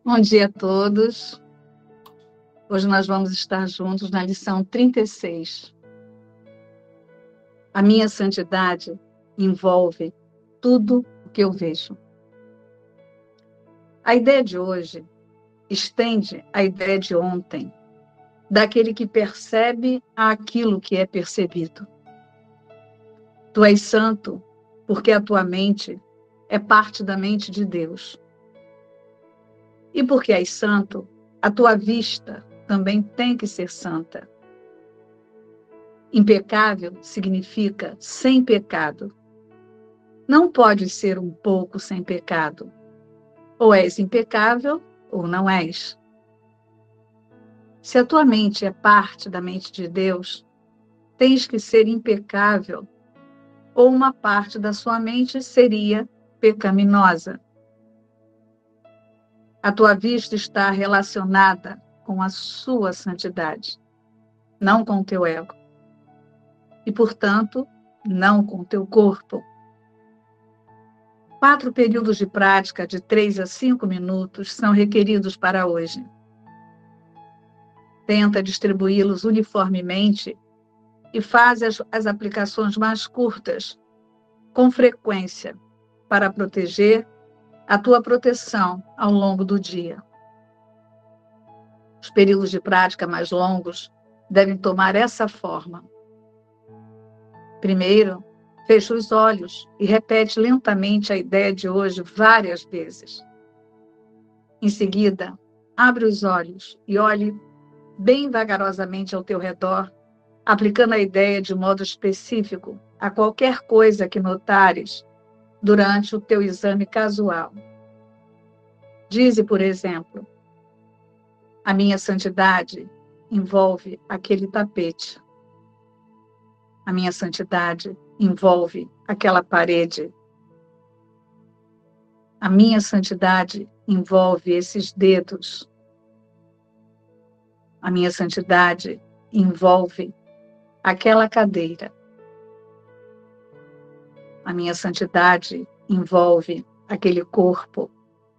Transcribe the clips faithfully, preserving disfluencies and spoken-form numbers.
Bom dia a todos. Hoje nós vamos estar juntos na lição trinta e seis. A minha santidade envolve tudo o que eu vejo. A ideia de hoje estende a ideia de ontem, daquele que percebe aquilo que é percebido. Tu és santo porque a tua mente é parte da mente de Deus. E porque és santo, a tua vista também tem que ser santa. Impecável significa sem pecado. Não pode ser um pouco sem pecado. Ou és impecável ou não és. Se a tua mente é parte da mente de Deus, tens que ser impecável, ou uma parte da sua mente seria pecaminosa. A tua vista está relacionada com a sua santidade, não com o teu ego. E, portanto, não com o teu corpo. Quatro períodos de prática de três a cinco minutos são requeridos para hoje. Tenta distribuí-los uniformemente e faz as, as aplicações mais curtas, com frequência, para proteger a tua proteção ao longo do dia. Os períodos de prática mais longos devem tomar essa forma. Primeiro, fecha os olhos e repete lentamente a ideia de hoje várias vezes. Em seguida, abre os olhos e olhe bem vagarosamente ao teu redor, aplicando a ideia de modo específico a qualquer coisa que notares durante o teu exame casual. Dize, por exemplo, a minha santidade envolve aquele tapete. A minha santidade envolve aquela parede. A minha santidade envolve esses dedos. A minha santidade envolve aquela cadeira. A minha santidade envolve aquele corpo.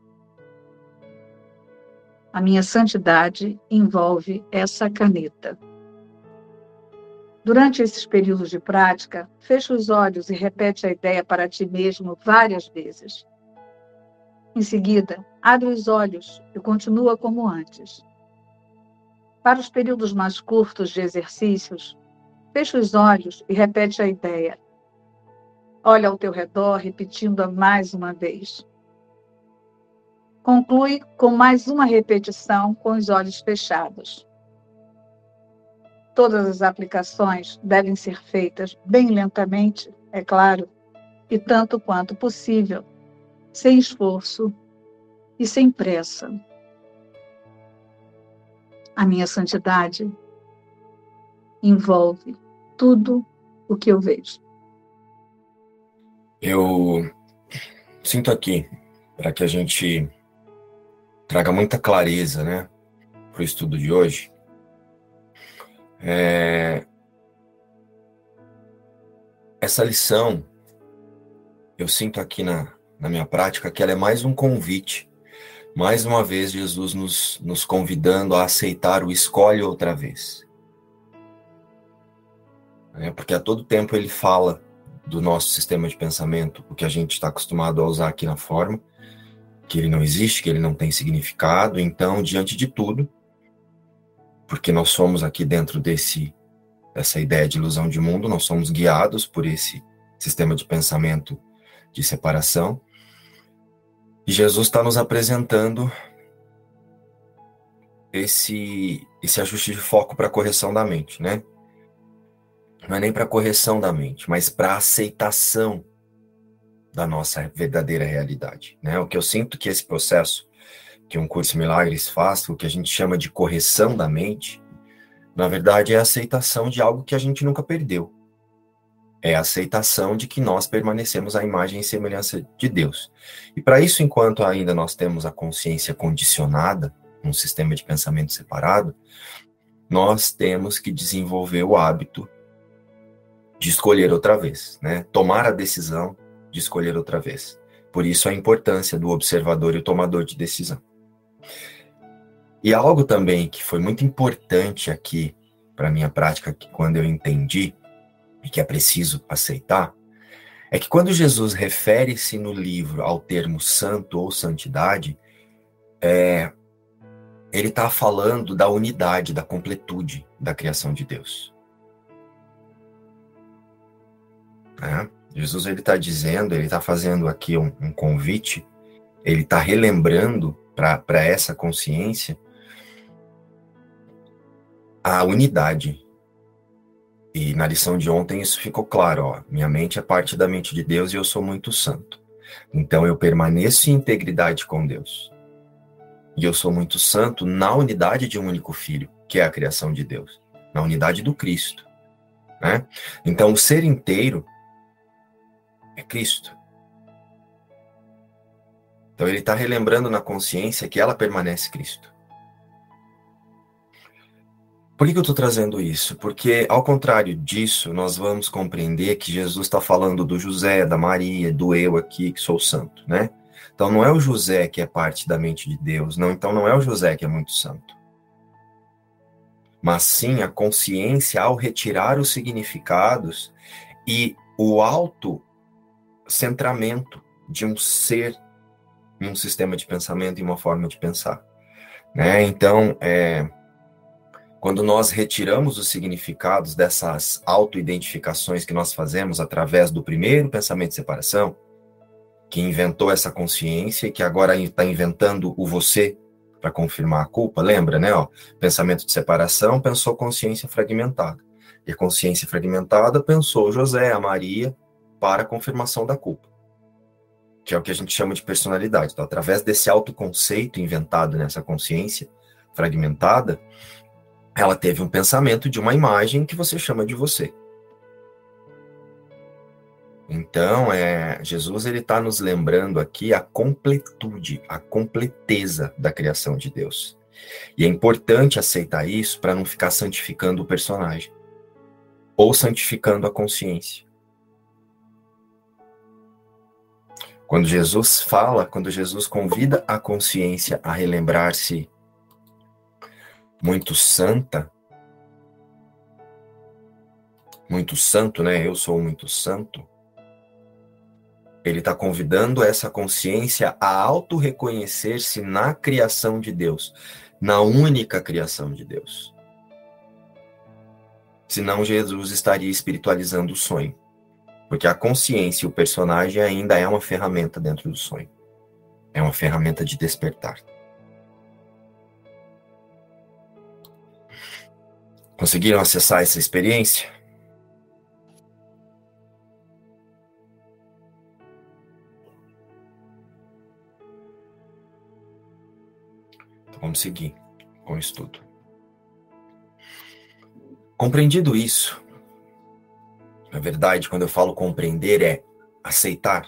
A minha santidade envolve essa caneta. Durante esses períodos de prática, fecha os olhos e repete a ideia para ti mesmo várias vezes. Em seguida, abre os olhos e continua como antes. Para os períodos mais curtos de exercícios, fecha os olhos e repete a ideia. Olha ao teu redor, repetindo-a mais uma vez. Conclui com mais uma repetição com os olhos fechados. Todas as aplicações devem ser feitas bem lentamente, é claro, e tanto quanto possível, sem esforço e sem pressa. A minha santidade envolve tudo o que eu vejo. Eu sinto aqui, para que a gente traga muita clareza, né, para o estudo de hoje, é... essa lição, eu sinto aqui na, na minha prática que ela é mais um convite, mais uma vez Jesus nos, nos convidando a aceitar o escolhe outra vez. É, porque a todo tempo ele fala do nosso sistema de pensamento, o que a gente está acostumado a usar aqui na forma, que ele não existe, que ele não tem significado. Então, diante de tudo, porque nós somos aqui dentro desse, dessa ideia de ilusão de mundo, nós somos guiados por esse sistema de pensamento de separação, e Jesus está nos apresentando esse, esse ajuste de foco para a correção da mente, né? Não é nem para a correção da mente, mas para a aceitação da nossa verdadeira realidade, né? O que eu sinto que esse processo que um curso Milagres faz, o que a gente chama de correção da mente, na verdade é a aceitação de algo que a gente nunca perdeu. É a aceitação de que nós permanecemos à imagem e semelhança de Deus. E para isso, enquanto ainda nós temos a consciência condicionada, num sistema de pensamento separado, nós temos que desenvolver o hábito de escolher outra vez, né? Tomar a decisão de escolher outra vez. Por isso a importância do observador e o tomador de decisão. E algo também que foi muito importante aqui para a minha prática, que quando eu entendi, e que é preciso aceitar, é que quando Jesus refere-se no livro ao termo santo ou santidade, é, ele está falando da unidade, da completude da criação de Deus. É, Jesus ele está dizendo, ele está fazendo aqui um, um convite, ele está relembrando para essa consciência a unidade. E na lição de ontem isso ficou claro, ó, minha mente é parte da mente de Deus e eu sou muito santo. Então eu permaneço em integridade com Deus. E eu sou muito santo na unidade de um único Filho, que é a criação de Deus, na unidade do Cristo. Né? Então o ser inteiro é Cristo. Então ele está relembrando na consciência que ela permanece Cristo. Por que, que eu estou trazendo isso? Porque, ao contrário disso, nós vamos compreender que Jesus está falando do José, da Maria, do eu aqui, que sou santo, né? Então, não é o José que é parte da mente de Deus, não. Então, não é o José que é muito santo. Mas sim a consciência ao retirar os significados e o autocentramento de um ser em um sistema de pensamento e uma forma de pensar, né? Então, é... quando nós retiramos os significados dessas autoidentificações que nós fazemos através do primeiro pensamento de separação, que inventou essa consciência e que agora está inventando o você para confirmar a culpa, lembra, né? Ó, pensamento de separação pensou consciência fragmentada. E a consciência fragmentada pensou José, a Maria, para a confirmação da culpa, que é o que a gente chama de personalidade. Então, através desse autoconceito inventado nessa consciência fragmentada, ela teve um pensamento de uma imagem que você chama de você. Então, é, Jesus ele está nos lembrando aqui a completude, a completeza da criação de Deus. E é importante aceitar isso para não ficar santificando o personagem ou santificando a consciência. Quando Jesus fala, quando Jesus convida a consciência a relembrar-se muito santa, muito santo, né? Eu sou muito santo. Ele está convidando essa consciência a auto-reconhecer-se na criação de Deus, na única criação de Deus. Senão Jesus estaria espiritualizando o sonho, porque a consciência e o personagem ainda é uma ferramenta dentro do sonho. É uma ferramenta de despertar. Conseguiram acessar essa experiência? Então vamos seguir com o estudo. Compreendido isso, na verdade, quando eu falo compreender, é aceitar.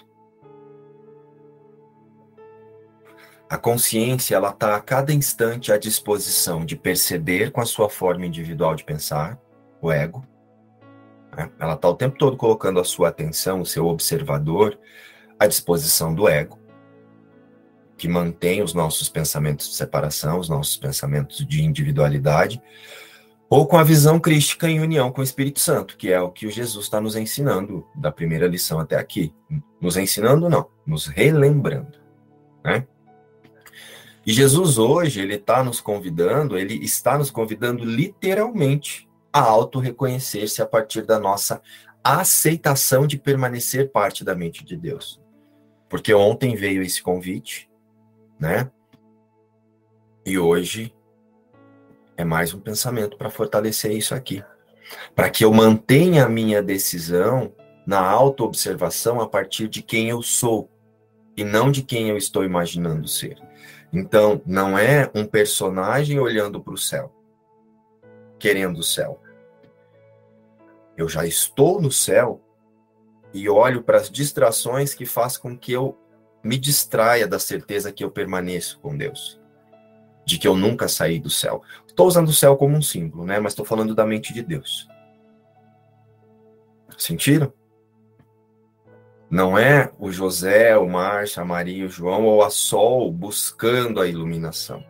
A consciência, ela está a cada instante à disposição de perceber com a sua forma individual de pensar, o ego. Né? Ela está o tempo todo colocando a sua atenção, o seu observador, à disposição do ego, que mantém os nossos pensamentos de separação, os nossos pensamentos de individualidade, ou com a visão crística em união com o Espírito Santo, que é o que o Jesus está nos ensinando da primeira lição até aqui. Nos ensinando, não, nos relembrando, né? E Jesus hoje, ele está nos convidando, ele está nos convidando literalmente a auto-reconhecer-se a partir da nossa aceitação de permanecer parte da mente de Deus. Porque ontem veio esse convite, né? E hoje é mais um pensamento para fortalecer isso aqui. Para que eu mantenha a minha decisão na auto-observação a partir de quem eu sou e não de quem eu estou imaginando ser. Então, não é um personagem olhando para o céu, querendo o céu. Eu já estou no céu e olho para as distrações que faz com que eu me distraia da certeza que eu permaneço com Deus, de que eu nunca saí do céu. Estou usando o céu como um símbolo, né? Mas estou falando da mente de Deus. Sentiram? Não é o José, o Márcio, a Maria, o João ou a Sol buscando a iluminação,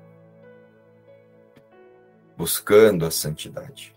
buscando a santidade.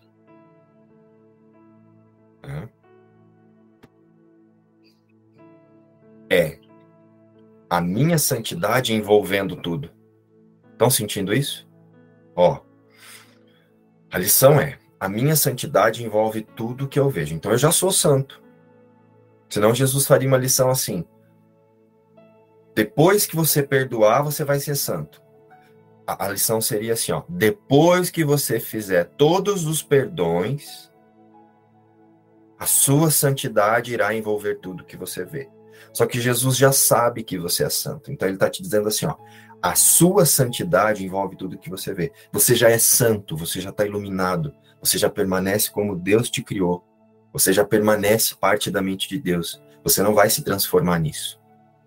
É a minha santidade envolvendo tudo. Estão sentindo isso? Ó, a lição é, a minha santidade envolve tudo que eu vejo. Então eu já sou santo. Senão Jesus faria uma lição assim. Depois que você perdoar, você vai ser santo. A, a lição seria assim, ó. Depois que você fizer todos os perdões, a sua santidade irá envolver tudo que você vê. Só que Jesus já sabe que você é santo. Então ele está te dizendo assim, ó. A sua santidade envolve tudo que você vê. Você já é santo, você já está iluminado, você já permanece como Deus te criou. Você já permanece parte da mente de Deus. Você não vai se transformar nisso.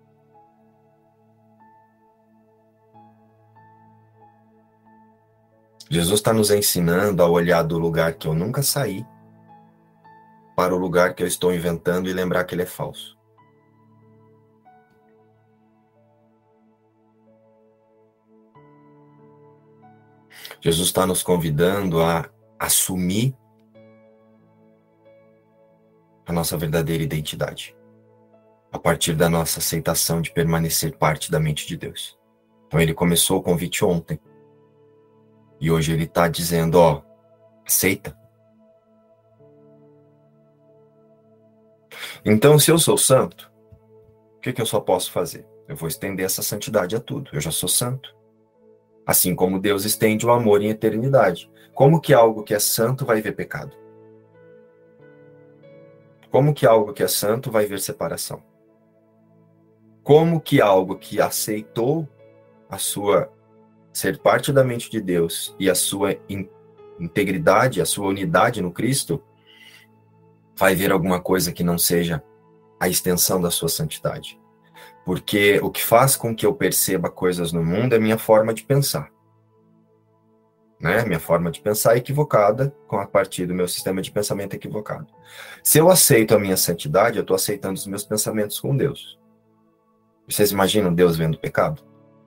Jesus está nos ensinando a olhar do lugar que eu nunca saí para o lugar que eu estou inventando e lembrar que ele é falso. Jesus está nos convidando a assumir a nossa verdadeira identidade, a partir da nossa aceitação de permanecer parte da mente de Deus. Então ele começou o convite ontem, e hoje ele está dizendo, ó, aceita. Então, se eu sou santo, o que, que eu só posso fazer? Eu vou estender essa santidade a tudo, eu já sou santo. Assim como Deus estende o amor em eternidade. Como que algo que é santo vai ver pecado? Como que algo que é santo vai ver separação? Como que algo que aceitou a sua ser parte da mente de Deus e a sua in, integridade, a sua unidade no Cristo, vai ver alguma coisa que não seja a extensão da sua santidade? Porque o que faz com que eu perceba coisas no mundo é minha forma de pensar. Né? Minha forma de pensar é equivocada com a partir do meu sistema de pensamento equivocado. Se eu aceito a minha santidade, eu estou aceitando os meus pensamentos com Deus. Vocês imaginam Deus vendo pecado?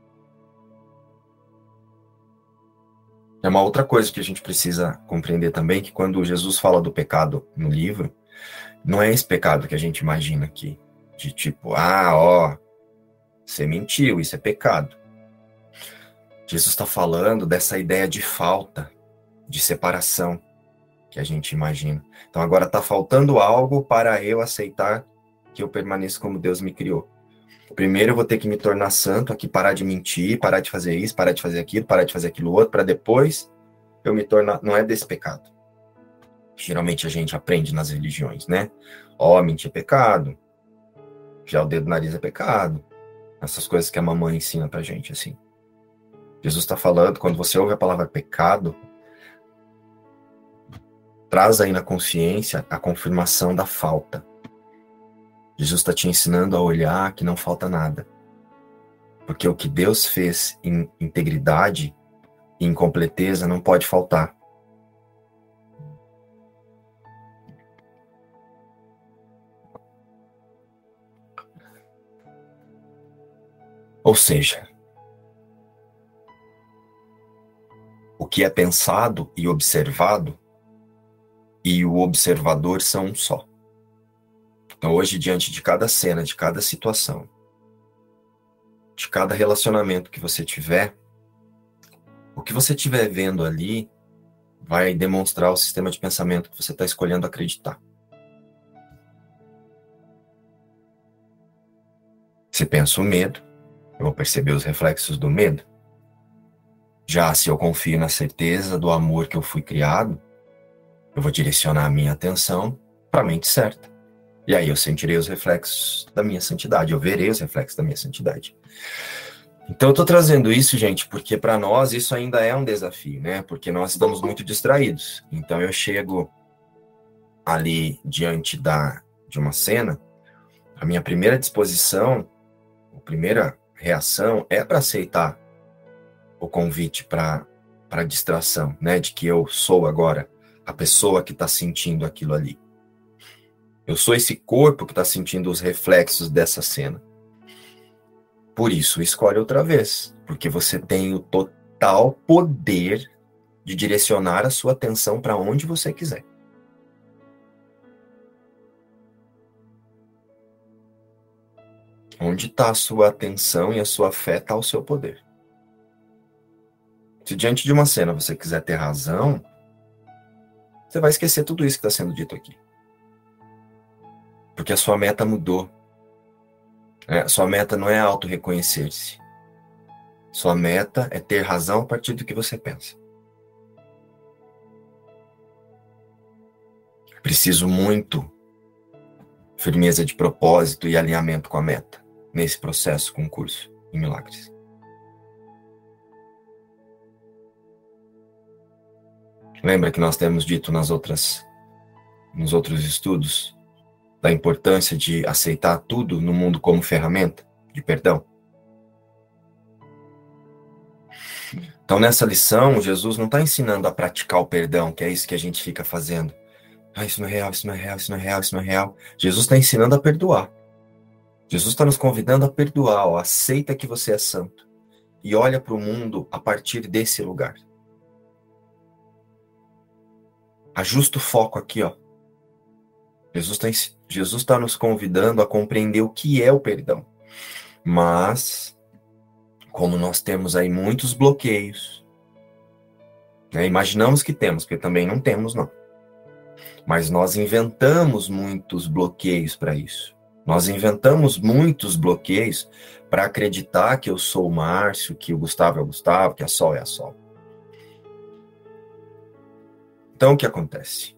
É uma outra coisa que a gente precisa compreender também, que quando Jesus fala do pecado no livro, não é esse pecado que a gente imagina aqui. De tipo, ah, ó, você mentiu, isso é pecado. Jesus está falando dessa ideia de falta, de separação que a gente imagina. Então agora está faltando algo para eu aceitar que eu permaneço como Deus me criou. Primeiro eu vou ter que me tornar santo aqui, parar de mentir, parar de fazer isso, parar de fazer aquilo, parar de fazer aquilo outro, para depois eu me tornar... Não é desse pecado. Geralmente a gente aprende nas religiões, né? Ó, oh, mentir é pecado. Já o dedo do nariz é pecado. Essas coisas que a mamãe ensina pra gente, assim. Jesus está falando, quando você ouve a palavra pecado, traz aí na consciência a confirmação da falta. Jesus está te ensinando a olhar que não falta nada. Porque o que Deus fez em integridade e em completeza não pode faltar. Ou seja, o que é pensado e observado e o observador são um só. Então hoje, diante de cada cena, de cada situação, de cada relacionamento que você tiver, o que você estiver vendo ali vai demonstrar o sistema de pensamento que você está escolhendo acreditar. Se penso o medo, eu vou perceber os reflexos do medo. Já se eu confio na certeza do amor que eu fui criado, eu vou direcionar a minha atenção para a mente certa. E aí eu sentirei os reflexos da minha santidade, eu verei os reflexos da minha santidade. Então eu estou trazendo isso, gente, porque para nós isso ainda é um desafio, né? Porque nós estamos muito distraídos. Então eu chego ali diante da, de uma cena, a minha primeira disposição, a primeira reação é para aceitar o convite para a distração, né? De que eu sou agora a pessoa que está sentindo aquilo ali. Eu sou esse corpo que está sentindo os reflexos dessa cena. Por isso, escolhe outra vez, porque você tem o total poder de direcionar a sua atenção para onde você quiser. Onde está a sua atenção e a sua fé está o seu poder. Se diante de uma cena você quiser ter razão, você vai esquecer tudo isso que está sendo dito aqui. Porque a sua meta mudou. É, sua meta não é auto-reconhecer-se. Sua meta é ter razão a partir do que você pensa. Preciso muito firmeza de propósito e alinhamento com a meta nesse processo com o curso em milagres. Lembra que nós temos dito nas outras, nos outros estudos da importância de aceitar tudo no mundo como ferramenta de perdão? Então, nessa lição, Jesus não está ensinando a praticar o perdão, que é isso que a gente fica fazendo. Ah, isso não é real, isso não é real, isso não é real, isso não é real. Jesus está ensinando a perdoar. Jesus está nos convidando a perdoar. Ó, aceita que você é santo. E olha para o mundo a partir desse lugar. Ajusta o foco aqui, ó. Jesus está Jesus tá nos convidando a compreender o que é o perdão. Mas, como nós temos aí muitos bloqueios, né, imaginamos que temos, porque também não temos, não. Mas nós inventamos muitos bloqueios para isso. Nós inventamos muitos bloqueios para acreditar que eu sou o Márcio, que o Gustavo é o Gustavo, que a Sol é a Sol. Então, o que acontece?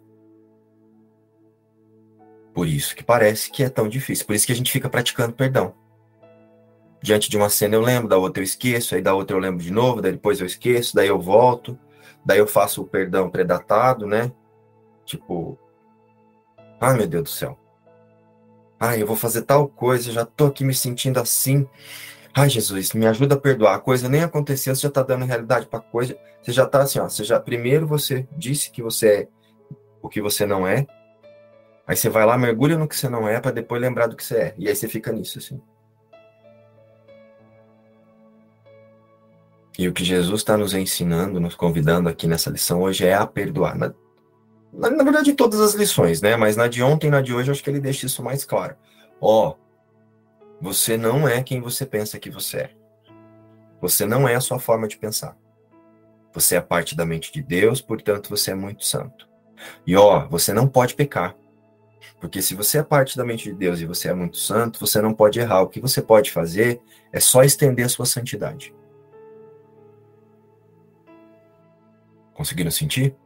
Por isso que parece que é tão difícil. Por isso que a gente fica praticando perdão. Diante de uma cena eu lembro, da outra eu esqueço, aí da outra eu lembro de novo, daí depois eu esqueço, daí eu volto, daí eu faço o perdão predatado, né? Tipo, ai meu Deus do céu. Ai, eu vou fazer tal coisa, já tô aqui me sentindo assim. Ai, Jesus, me ajuda a perdoar. A coisa nem aconteceu, você já tá dando realidade pra coisa. Você já tá assim, ó. Você já, primeiro você disse que você é o que você não é. Aí você vai lá, mergulha no que você não é, pra depois lembrar do que você é. E aí você fica nisso, assim. E o que Jesus está nos ensinando, nos convidando aqui nessa lição hoje é a perdoar. Na, na, na verdade, todas as lições, né? Mas na de ontem e na de hoje, eu acho que ele deixa isso mais claro. Ó, você não é quem você pensa que você é. Você não é a sua forma de pensar. Você é parte da mente de Deus, portanto, você é muito santo. E ó, você não pode pecar. Porque se você é parte da mente de Deus e você é muito santo, você não pode errar. O que você pode fazer é só estender a sua santidade. Conseguiram sentir?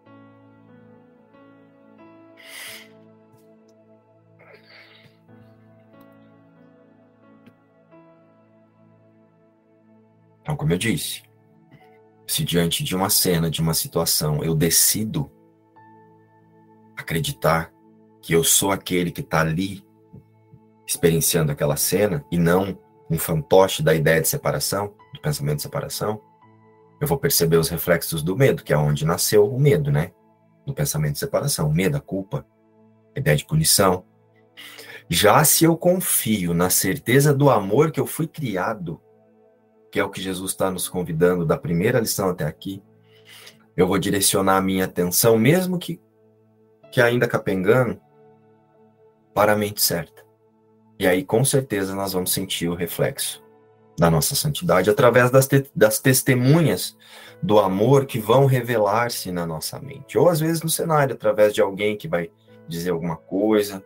Então, como eu disse, se diante de uma cena, de uma situação, eu decido acreditar que eu sou aquele que está ali experienciando aquela cena e não um fantoche da ideia de separação, do pensamento de separação, eu vou perceber os reflexos do medo, que é onde nasceu o medo, né? Do pensamento de separação, o medo, a culpa, a ideia de punição. Já se eu confio na certeza do amor que eu fui criado, que é o que Jesus está nos convidando da primeira lição até aqui, eu vou direcionar a minha atenção, mesmo que, que ainda capengando, para a mente certa. E aí, com certeza, nós vamos sentir o reflexo da nossa santidade através das, te- das testemunhas do amor que vão revelar-se na nossa mente. Ou, às vezes, no cenário, através de alguém que vai dizer alguma coisa.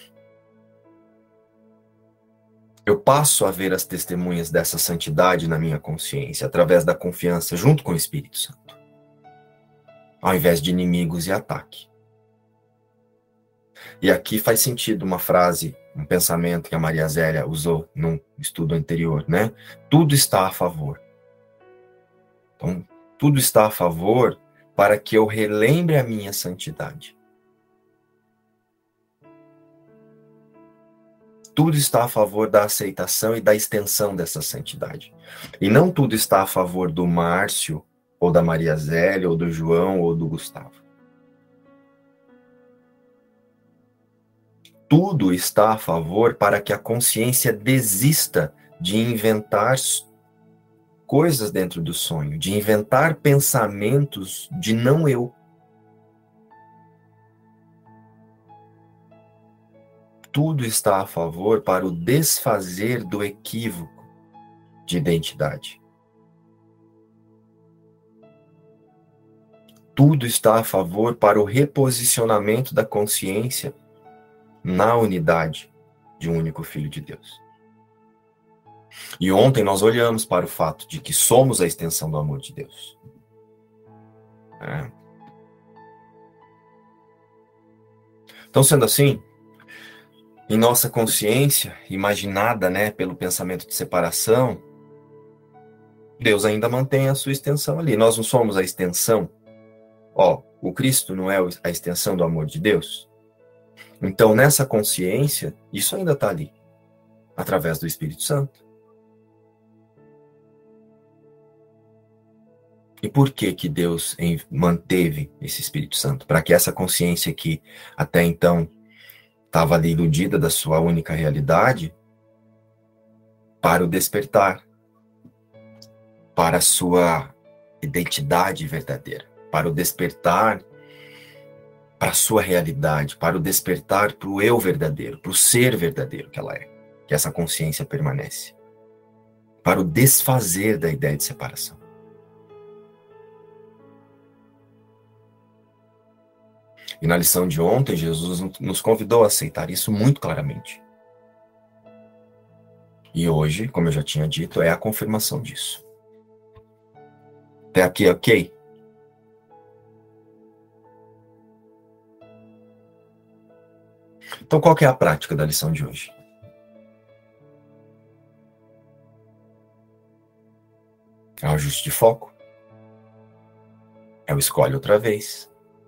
Eu passo a ver as testemunhas dessa santidade na minha consciência, através da confiança junto com o Espírito Santo, ao invés de inimigos e ataque. E aqui faz sentido uma frase, um pensamento que a Maria Zélia usou num estudo anterior, né? Tudo está a favor. Então, tudo está a favor para que eu relembre a minha santidade. Tudo está a favor da aceitação e da extensão dessa santidade. E não tudo está a favor do Márcio, ou da Maria Zélia, ou do João, ou do Gustavo. Tudo está a favor para que a consciência desista de inventar coisas dentro do sonho, de inventar pensamentos de não eu. Tudo está a favor para o desfazer do equívoco de identidade. Tudo está a favor para o reposicionamento da consciência na unidade de um único Filho de Deus. E ontem nós olhamos para o fato de que somos a extensão do amor de Deus. É. Então, sendo assim, em nossa consciência, imaginada, né, pelo pensamento de separação, Deus ainda mantém a sua extensão ali. Nós não somos a extensão. Ó, o Cristo não é a extensão do amor de Deus? Então, nessa consciência, isso ainda está ali, através do Espírito Santo. E por que que Deus manteve esse Espírito Santo? Para que essa consciência que até então estava ali iludida da sua única realidade, para o despertar, para a sua identidade verdadeira, para o despertar para a sua realidade, para o despertar para o eu verdadeiro, para o ser verdadeiro que ela é, que essa consciência permanece, para o desfazer da ideia de separação. E na lição de ontem, Jesus nos convidou a aceitar isso muito claramente. E hoje, como eu já tinha dito, é a confirmação disso. Até aqui, ok? Então, qual que é a prática da lição de hoje? É o ajuste de foco. É o escolhe outra vez.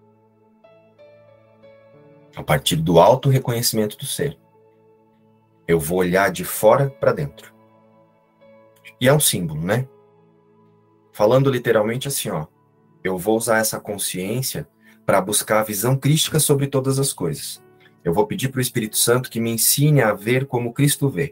A partir do auto-reconhecimento do ser. Eu vou olhar de fora para dentro. E é um símbolo, né? Falando literalmente assim, ó. Eu vou usar essa consciência para buscar a visão crística sobre todas as coisas. Eu vou pedir para o Espírito Santo que me ensine a ver como Cristo vê.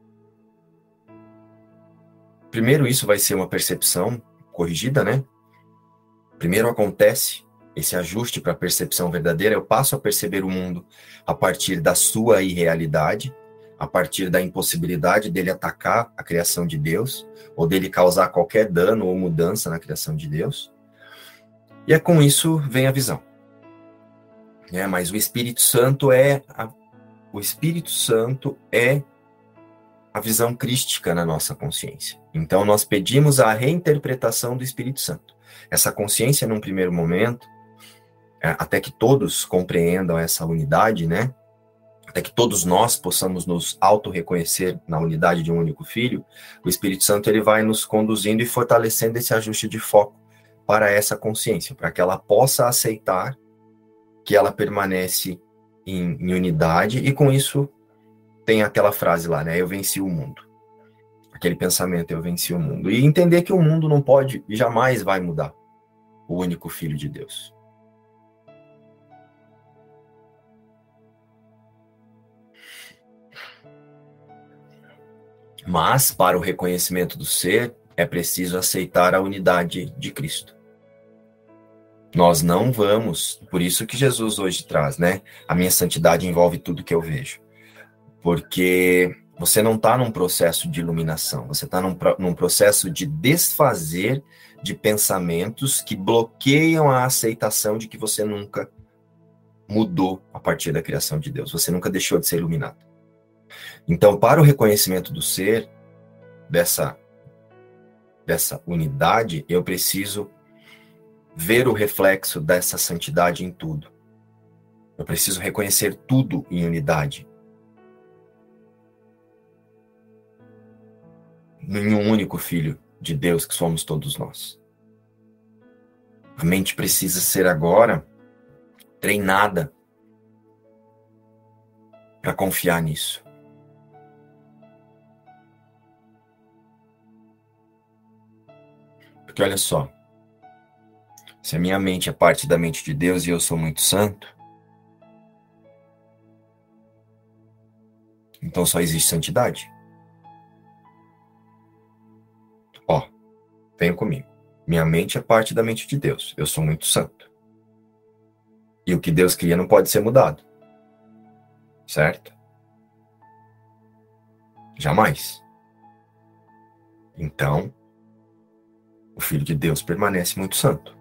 Primeiro, isso vai ser uma percepção corrigida, né? Primeiro acontece esse ajuste para a percepção verdadeira. Eu passo a perceber o mundo a partir da sua irrealidade, a partir da impossibilidade dele atacar a criação de Deus, ou dele causar qualquer dano ou mudança na criação de Deus. E é com isso vem a visão. É, mas o Espírito Santo é a, o Espírito Santo é a visão crística na nossa consciência. Então nós pedimos a reinterpretação do Espírito Santo. Essa consciência, num primeiro momento, é, até que todos compreendam essa unidade, né? Até que todos nós possamos nos auto-reconhecer na unidade de um único Filho, o Espírito Santo ele vai nos conduzindo e fortalecendo esse ajuste de foco para essa consciência, para que ela possa aceitar que ela permanece em, em unidade, e com isso tem aquela frase lá, né? Eu venci o mundo. Aquele pensamento, eu venci o mundo. E entender que o mundo não pode e jamais vai mudar o único Filho de Deus. Mas, para o reconhecimento do ser, é preciso aceitar a unidade de Cristo. Nós não vamos, por isso que Jesus hoje traz, né? A minha santidade envolve tudo que eu vejo. Porque você não está num processo de iluminação, você está num, num processo de desfazer de pensamentos que bloqueiam a aceitação de que você nunca mudou a partir da criação de Deus, você nunca deixou de ser iluminado. Então, para o reconhecimento do ser, dessa, dessa unidade, eu preciso ver o reflexo dessa santidade em tudo. Eu preciso reconhecer tudo em unidade. Em um único Filho de Deus que somos todos nós. A mente precisa ser agora treinada para confiar nisso. Porque olha só, se a minha mente é parte da mente de Deus e eu sou muito santo, Então só existe santidade. Ó, venha comigo. Minha mente é parte da mente de Deus. Eu sou muito santo. E o que Deus cria não pode ser mudado. Certo? Jamais. Então, o Filho de Deus permanece muito santo.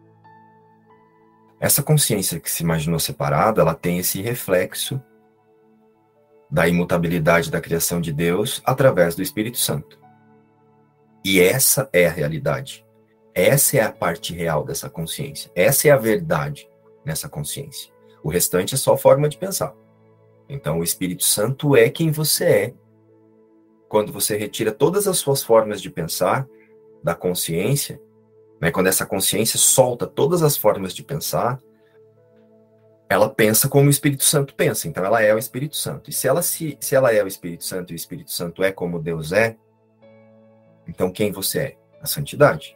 Essa consciência que se imaginou separada, ela tem esse reflexo da imutabilidade da criação de Deus através do Espírito Santo. E essa é a realidade. Essa é a parte real dessa consciência. Essa é a verdade nessa consciência. O restante é só forma de pensar. Então, o Espírito Santo é quem você é. Quando você retira todas as suas formas de pensar da consciência, né, quando essa consciência solta todas as formas de pensar, ela pensa como o Espírito Santo pensa. Então, ela é o Espírito Santo. E se ela, se, se ela é o Espírito Santo e o Espírito Santo é como Deus é, então quem você é? A santidade.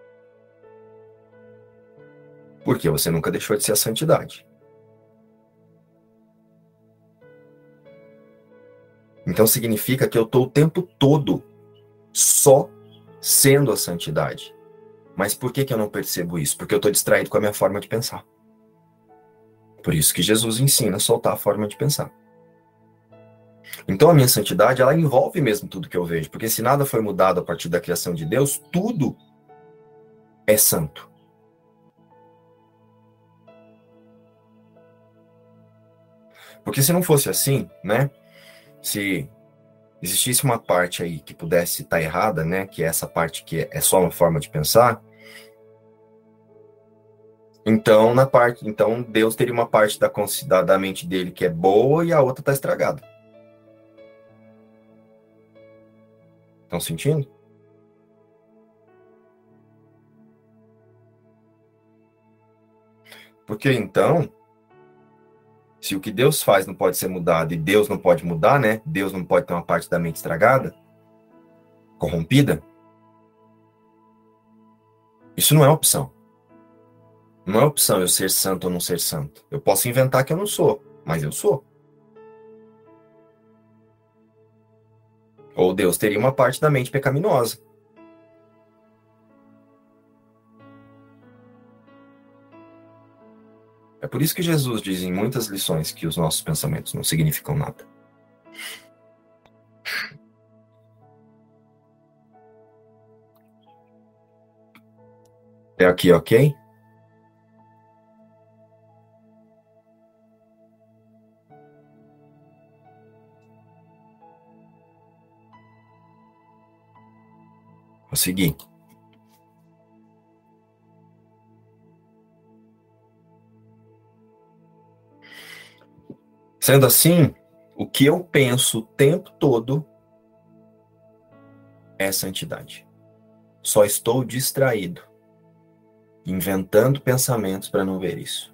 Porque você nunca deixou de ser a santidade. Então significa que eu estou o tempo todo só sendo a santidade. Mas por que que eu não percebo isso? Porque eu estou distraído com a minha forma de pensar. Por isso que Jesus ensina a soltar a forma de pensar. Então a minha santidade, ela envolve mesmo tudo que eu vejo. Porque se nada foi mudado a partir da criação de Deus, tudo é santo. Porque se não fosse assim, né? Se existisse uma parte aí que pudesse estar errada, né? Que é essa parte que é só uma forma de pensar. Então, na parte, então Deus teria uma parte da, da, da mente dele que é boa e a outra está estragada. Estão sentindo? Porque então, se o que Deus faz não pode ser mudado e Deus não pode mudar, né? Deus não pode ter uma parte da mente estragada, corrompida. Isso não é opção. Não é opção eu ser santo ou não ser santo. Eu posso inventar que eu não sou, mas eu sou. Ou Deus teria uma parte da mente pecaminosa. É por isso que Jesus diz em muitas lições que os nossos pensamentos não significam nada. É aqui, ok? Vou seguir. Sendo assim, o que eu penso o tempo todo é santidade. Só estou distraído, inventando pensamentos para não ver isso.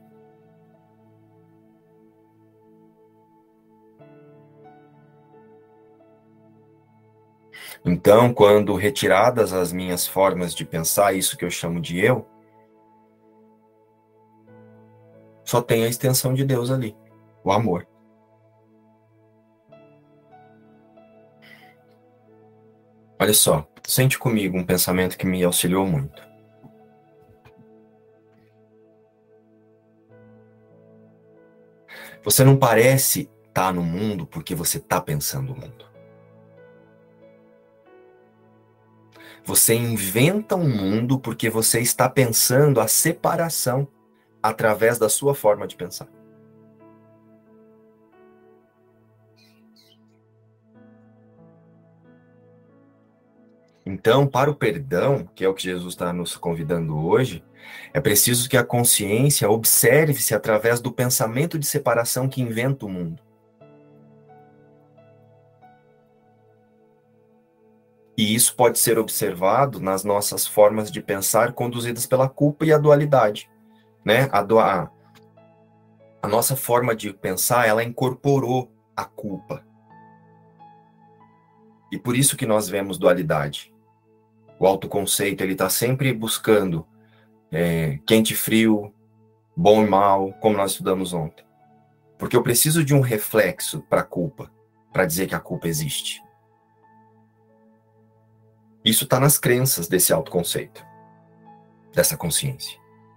Então, quando retiradas as minhas formas de pensar, isso que eu chamo de eu, só tem a extensão de Deus ali, o amor. Olha só, sente comigo um pensamento que me auxiliou muito. Você não parece estar no mundo porque você está pensando o mundo. Você inventa um mundo porque você está pensando a separação através da sua forma de pensar. Então, para o perdão, que é o que Jesus está nos convidando hoje, é preciso que a consciência observe-se através do pensamento de separação que inventa o mundo. E isso pode ser observado nas nossas formas de pensar conduzidas pela culpa e a dualidade, né? A, do, a, a nossa forma de pensar, ela incorporou a culpa. E por isso que nós vemos dualidade. O autoconceito, ele está sempre buscando é, quente e frio, bom e mal, como nós estudamos ontem. Porque eu preciso de um reflexo para a culpa. para dizer que a culpa existe. Isso está nas crenças desse autoconceito, dessa consciência.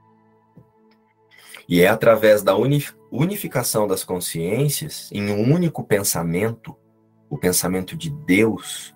E é através da unificação das consciências em um único pensamento, o pensamento de Deus,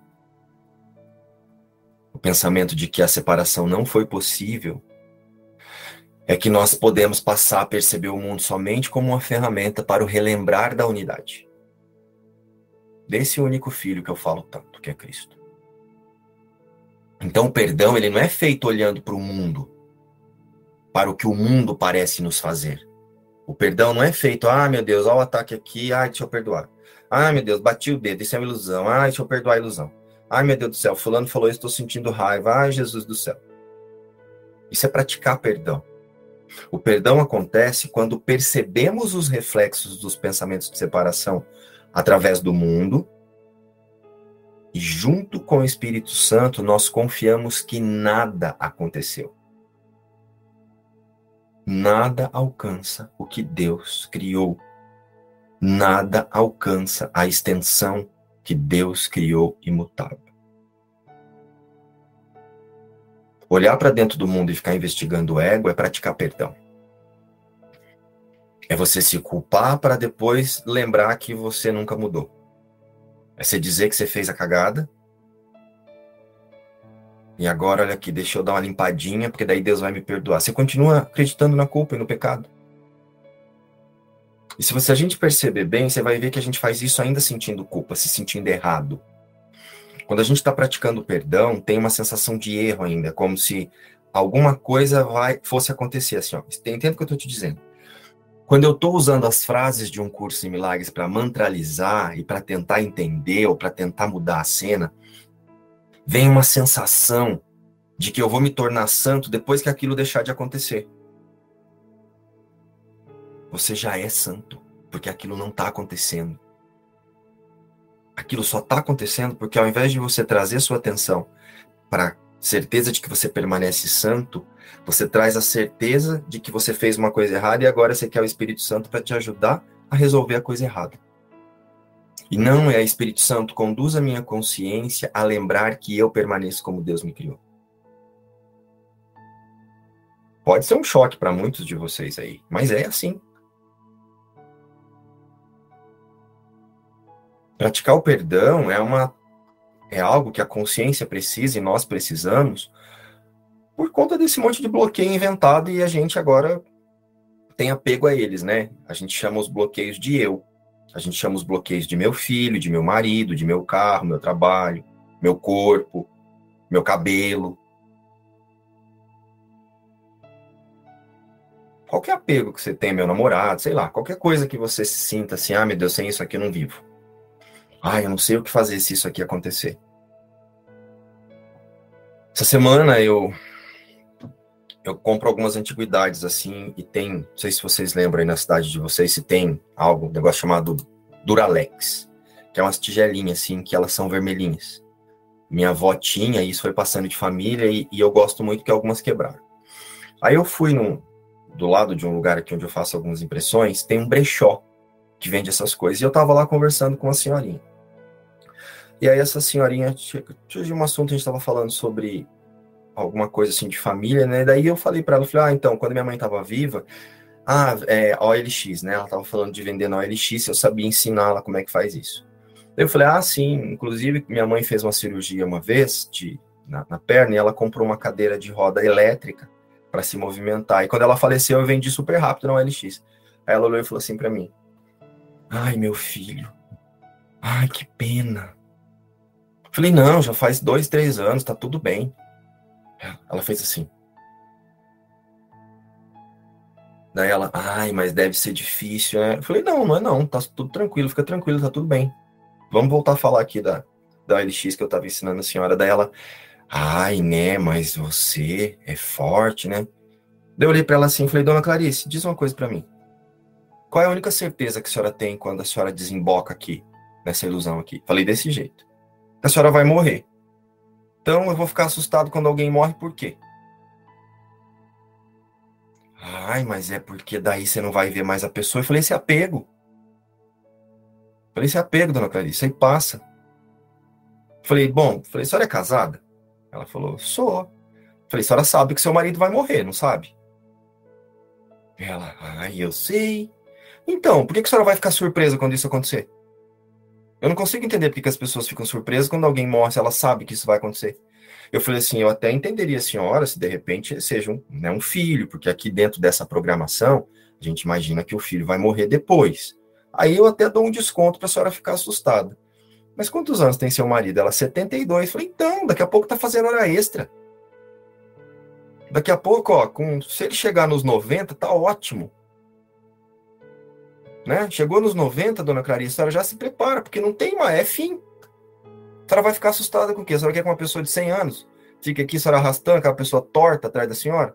o pensamento de que a separação não foi possível, é que nós podemos passar a perceber o mundo somente como uma ferramenta para o relembrar da unidade. Desse único filho que eu falo tanto, que é Cristo. Então o perdão, ele não é feito olhando para o mundo, para o que o mundo parece nos fazer. O perdão não é feito, ah, meu Deus, olha o ataque aqui, ah, deixa eu perdoar. Ah, meu Deus, bati o dedo, isso é uma ilusão, ah, deixa eu perdoar a ilusão. Ai, meu Deus do céu, fulano falou isso, estou sentindo raiva, ai, Jesus do céu. Isso é praticar perdão. O perdão acontece quando percebemos os reflexos dos pensamentos de separação através do mundo e junto com o Espírito Santo nós confiamos que nada aconteceu. Nada alcança o que Deus criou. Nada alcança a extensão que Deus criou imutável. Olhar para dentro do mundo e ficar investigando o ego é praticar perdão. É você se culpar para depois lembrar que você nunca mudou. É você dizer que você fez a cagada. E agora, olha aqui, deixa eu dar uma limpadinha, porque daí Deus vai me perdoar. Você continua acreditando na culpa e no pecado. E se você, a gente perceber bem, você vai ver que a gente faz isso ainda sentindo culpa, se sentindo errado. Quando a gente está praticando perdão, tem uma sensação de erro ainda, como se alguma coisa vai, fosse acontecer assim, ó. Entende o que eu estou te dizendo? Quando eu estou usando as frases de um curso em milagres para mantralizar e para tentar entender ou para tentar mudar a cena, vem uma sensação de que eu vou me tornar santo depois que aquilo deixar de acontecer. Você já é santo, porque aquilo não está acontecendo. Aquilo só está acontecendo porque ao invés de você trazer sua atenção para a certeza de que você permanece santo, você traz a certeza de que você fez uma coisa errada e agora você quer o Espírito Santo para te ajudar a resolver a coisa errada. E não é o Espírito Santo, conduz a minha consciência a lembrar que eu permaneço como Deus me criou. Pode ser um choque para muitos de vocês aí, mas é assim. Praticar o perdão é, uma, é algo que a consciência precisa e nós precisamos por conta desse monte de bloqueio inventado e a gente agora tem apego a eles, né? A gente chama os bloqueios de eu. A gente chama os bloqueios de meu filho, de meu marido, de meu carro, meu trabalho, meu corpo, meu cabelo. Qualquer apego que você tem, meu namorado, sei lá, qualquer coisa que você se sinta assim, ah, meu Deus, sem isso aqui eu não vivo. Ah, eu não sei o que fazer se isso aqui acontecer. Essa semana eu eu compro algumas antiguidades assim e tem, não sei se vocês lembram aí na cidade de vocês, se tem algo, um negócio chamado Duralex, que é umas tigelinhas assim, que elas são vermelhinhas. Minha avó tinha, e isso foi passando de família e, e eu gosto muito que algumas quebraram. Aí eu fui num, do lado de um lugar aqui onde eu faço algumas impressões, tem um brechó que vende essas coisas. E eu tava lá conversando com uma senhorinha. E aí essa senhorinha, tinha um assunto, a gente tava falando sobre alguma coisa assim de família, né? Daí eu falei para ela, falei, ah, então, quando minha mãe tava viva, ah, é O L X, né? Ela tava falando de vender na O L X, eu sabia ensinar ela como é que faz isso. Daí eu falei, ah, sim, inclusive minha mãe fez uma cirurgia uma vez de, na, na perna e ela comprou uma cadeira de roda elétrica para se movimentar. E quando ela faleceu, eu vendi super rápido na O L X. Aí ela olhou e falou assim para mim, ai, meu filho, ai, que pena. Falei, não, já faz dois, três anos, tá tudo bem. Ela fez assim. Daí ela, ai, mas deve ser difícil, né? Eu falei, não, não é não, tá tudo tranquilo, fica tranquilo, tá tudo bem. Vamos voltar a falar aqui da, da O L X que eu tava ensinando a senhora. Daí ela, ai, né, mas você é forte, né? Daí eu olhei pra ela assim e falei, dona Clarice, diz uma coisa pra mim. Qual é a única certeza que a senhora tem quando a senhora desemboca aqui, nessa ilusão aqui? Falei desse jeito. A senhora vai morrer. Então eu vou ficar assustado quando alguém morre, por quê? Ai, mas é porque daí você não vai ver mais a pessoa. Eu falei, esse apego. Eu Falei, esse apego, dona Clarice, aí passa. Falei, bom, falei, a senhora é casada? Ela falou, sou. Falei, a senhora sabe que seu marido vai morrer, não sabe? Ela, ai, eu sei. Então, por que que a senhora vai ficar surpresa quando isso acontecer? Eu não consigo entender por que que as pessoas ficam surpresas quando alguém morre, se ela sabe que isso vai acontecer. Eu falei assim, eu até entenderia a senhora se de repente seja um, né, um filho, porque aqui dentro dessa programação, a gente imagina que o filho vai morrer depois. Aí eu até dou um desconto para a senhora ficar assustada. Mas quantos anos tem seu marido? Ela, setenta e dois. Eu falei, então, daqui a pouco tá fazendo hora extra. Daqui a pouco, ó, com, se ele chegar nos noventa, tá ótimo. Né? Chegou nos noventa, dona Clarice, a senhora já se prepara, porque não tem mais, é fim. A senhora vai ficar assustada com o quê? A senhora quer que uma pessoa de cem anos fique aqui, a senhora arrastando aquela pessoa torta atrás da senhora?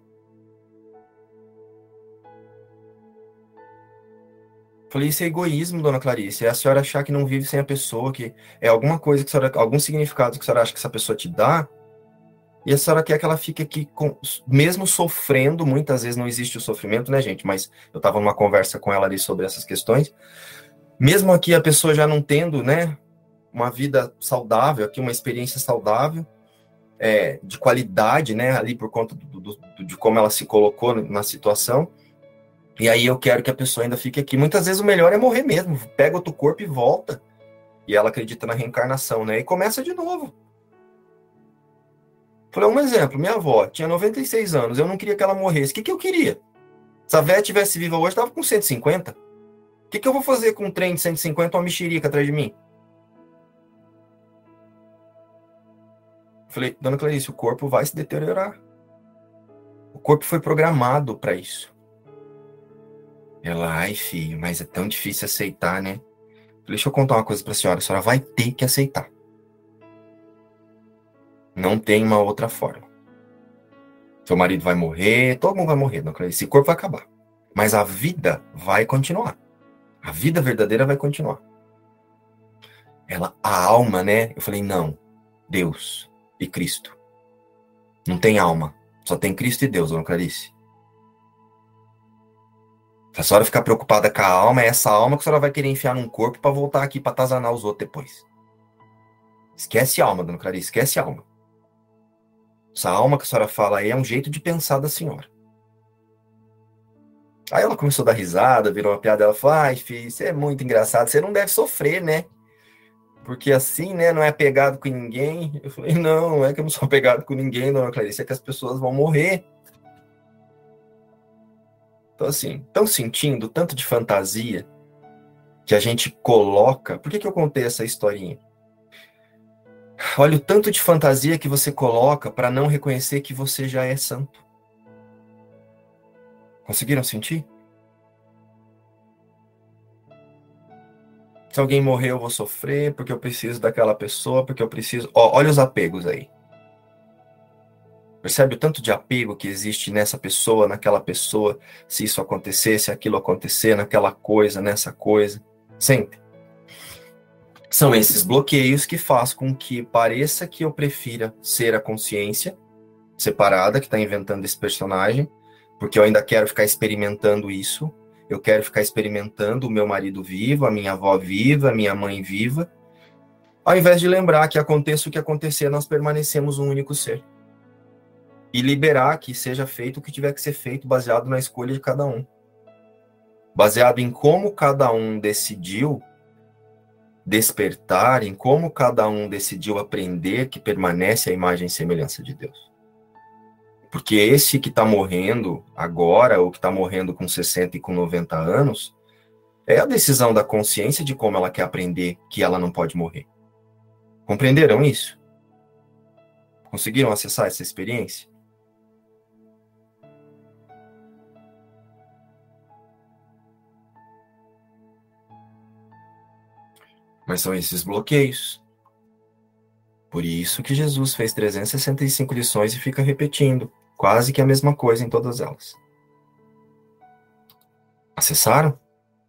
Falei, isso é egoísmo, dona Clarice. É a senhora achar que não vive sem a pessoa, que é alguma coisa que a senhora, algum significado que a senhora acha que essa pessoa te dá, e a senhora quer que ela fique aqui, com, mesmo sofrendo, muitas vezes não existe o sofrimento, né, gente? Mas eu estava numa conversa com ela ali sobre essas questões. Mesmo aqui a pessoa já não tendo, né, uma vida saudável, aqui uma experiência saudável, é, de qualidade, né, ali por conta do, do, do, de como ela se colocou na situação. E aí eu quero que a pessoa ainda fique aqui. Muitas vezes o melhor é morrer mesmo. Pega outro corpo e volta. E ela acredita na reencarnação, né? E começa de novo. Falei, um exemplo. Minha avó tinha noventa e seis anos. Eu não queria que ela morresse. O que, que eu queria? Se a véia tivesse viva hoje, estava com cento e cinquenta. O que, que eu vou fazer com um trem de cento e cinquenta, uma mexerica atrás de mim? Falei, dona Clarice, o corpo vai se deteriorar. O corpo foi programado para isso. Ela, ai, filho, mas é tão difícil aceitar, né? Falei, deixa eu contar uma coisa pra senhora. A senhora vai ter que aceitar. Não tem uma outra forma. Seu marido vai morrer, todo mundo vai morrer. Esse corpo vai acabar. Mas a vida vai continuar. A vida verdadeira vai continuar. Ela, a alma, né? Eu falei, não. Deus e Cristo. Não tem alma. Só tem Cristo e Deus, dona Clarice. Se a senhora ficar preocupada com a alma, é essa alma que a senhora vai querer enfiar num corpo para voltar aqui para atazanar os outros depois. Esquece a alma, dona Clarice, esquece a alma. Essa alma que a senhora fala aí é um jeito de pensar da senhora. Aí ela começou a dar risada, virou uma piada, ela falou, ai, filho, você é muito engraçado, você não deve sofrer, né? Porque assim, né, não é apegado com ninguém. Eu falei, não, não é que eu não sou apegado com ninguém, dona Clarice, é que as pessoas vão morrer. Então, assim, estão sentindo tanto de fantasia que a gente coloca... Por que que eu contei essa historinha? Olha o tanto de fantasia que você coloca para não reconhecer que você já é santo. Conseguiram sentir? Se alguém morrer, eu vou sofrer porque eu preciso daquela pessoa, porque eu preciso... Ó, olha os apegos aí. Percebe o tanto de apego que existe nessa pessoa, naquela pessoa, se isso acontecer, se aquilo acontecer, naquela coisa, nessa coisa. Sente. São esses bloqueios que faz com que pareça que eu prefira ser a consciência separada, que está inventando esse personagem, porque eu ainda quero ficar experimentando isso, eu quero ficar experimentando o meu marido vivo, a minha avó viva, a minha mãe viva, ao invés de lembrar que aconteça o que acontecer, nós permanecemos um único ser. E liberar que seja feito o que tiver que ser feito, baseado na escolha de cada um. Baseado em como cada um decidiu despertar, em como cada um decidiu aprender que permanece a imagem e semelhança de Deus. Porque esse que está morrendo agora, ou que está morrendo com sessenta e com noventa anos, é a decisão da consciência de como ela quer aprender que ela não pode morrer. Compreenderam isso? Conseguiram acessar essa experiência? Mas são esses bloqueios. Por isso que Jesus fez trezentas e sessenta e cinco lições e fica repetindo quase que a mesma coisa em todas elas. Acessaram?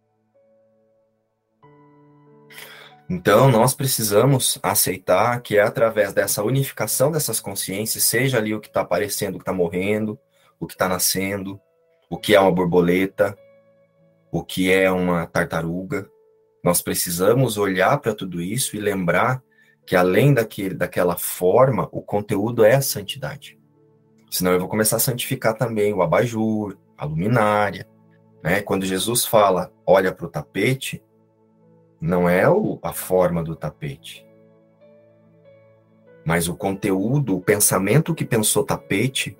Então, nós precisamos aceitar que é através dessa unificação dessas consciências, seja ali o que está aparecendo, o que está morrendo, o que está nascendo, o que é uma borboleta, o que é uma tartaruga, Nós precisamos olhar para tudo isso e lembrar que além daquele, daquela forma, o conteúdo é a santidade. Senão eu vou começar a santificar também o abajur, a luminária, né? Quando Jesus fala, olha para o tapete, não é o, a forma do tapete, mas o conteúdo, o pensamento que pensou tapete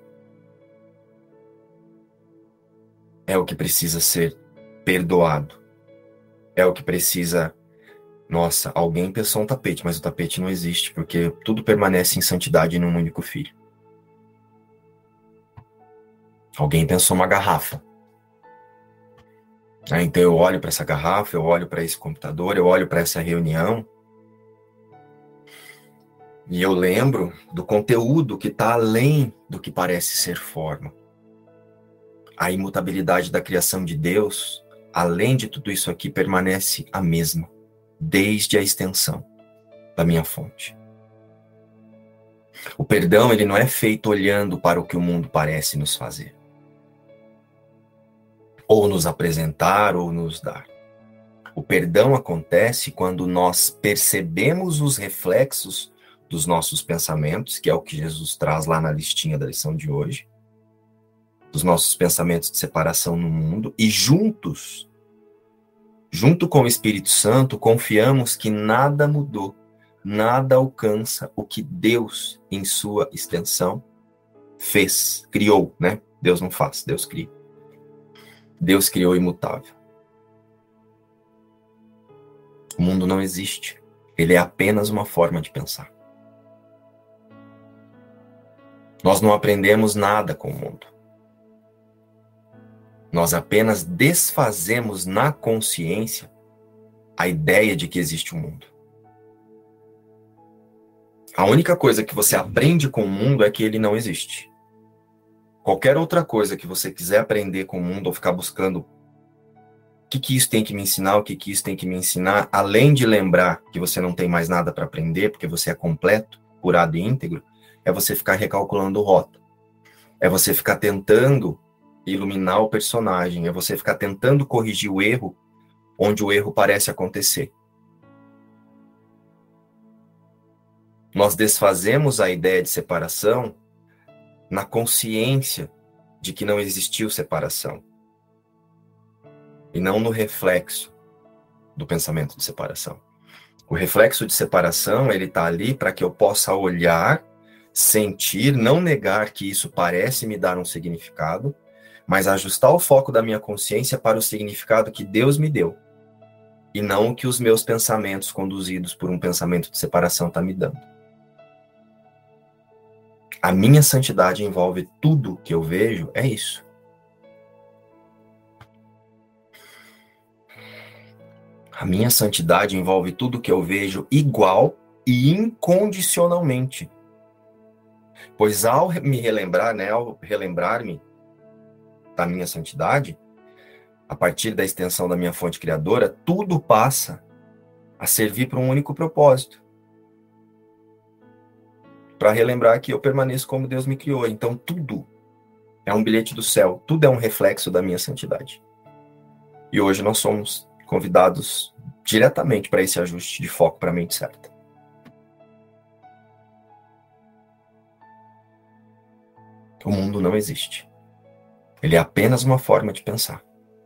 é o que precisa ser perdoado. É o que precisa... Nossa, alguém pensou um tapete, mas o tapete não existe, porque tudo permanece em santidade num único filho. Alguém pensou uma garrafa. Então eu olho para essa garrafa, eu olho para esse computador, eu olho para essa reunião, e eu lembro do conteúdo que está além do que parece ser forma. A imutabilidade da criação de Deus, além de tudo isso aqui, permanece a mesma, desde a extensão da minha fonte. O perdão, ele não é feito olhando para o que o mundo parece nos fazer, ou nos apresentar, ou nos dar. O perdão acontece quando nós percebemos os reflexos dos nossos pensamentos, que é o que Jesus traz lá na listinha da lição de hoje, dos nossos pensamentos de separação no mundo, e juntos, junto com o Espírito Santo, confiamos que nada mudou, nada alcança o que Deus, em sua extensão, fez, criou, né? Deus não faz, Deus cria. Deus criou imutável. O mundo não existe. Ele é apenas uma forma de pensar. Nós não aprendemos nada com o mundo. Nós apenas desfazemos na consciência a ideia de que existe um mundo. A única coisa que você aprende com o mundo é que ele não existe. Qualquer outra coisa que você quiser aprender com o mundo ou ficar buscando o que, que isso tem que me ensinar, o que, que isso tem que me ensinar, além de lembrar que você não tem mais nada para aprender, porque você é completo, curado e íntegro, é você ficar recalculando rota. É você ficar tentando iluminar o personagem, é você ficar tentando corrigir o erro onde o erro parece acontecer. Nós desfazemos a ideia de separação na consciência de que não existiu separação, e não no reflexo do pensamento de separação. O reflexo de separação, ele está ali para que eu possa olhar, sentir, não negar que isso parece me dar um significado, mas ajustar o foco da minha consciência para o significado que Deus me deu, e não o que os meus pensamentos conduzidos por um pensamento de separação estão me dando. A minha santidade envolve tudo que eu vejo, é isso. A minha santidade envolve tudo que eu vejo igual e incondicionalmente. Pois ao me relembrar, né, ao relembrar-me da minha santidade, a partir da extensão da minha fonte criadora, tudo passa a servir para um único propósito. Para relembrar que eu permaneço como Deus me criou. Então tudo é um bilhete do céu, tudo é um reflexo da minha santidade. E hoje nós somos convidados diretamente para esse ajuste de foco para a mente certa. O mundo não existe. Ele é apenas uma forma de pensar.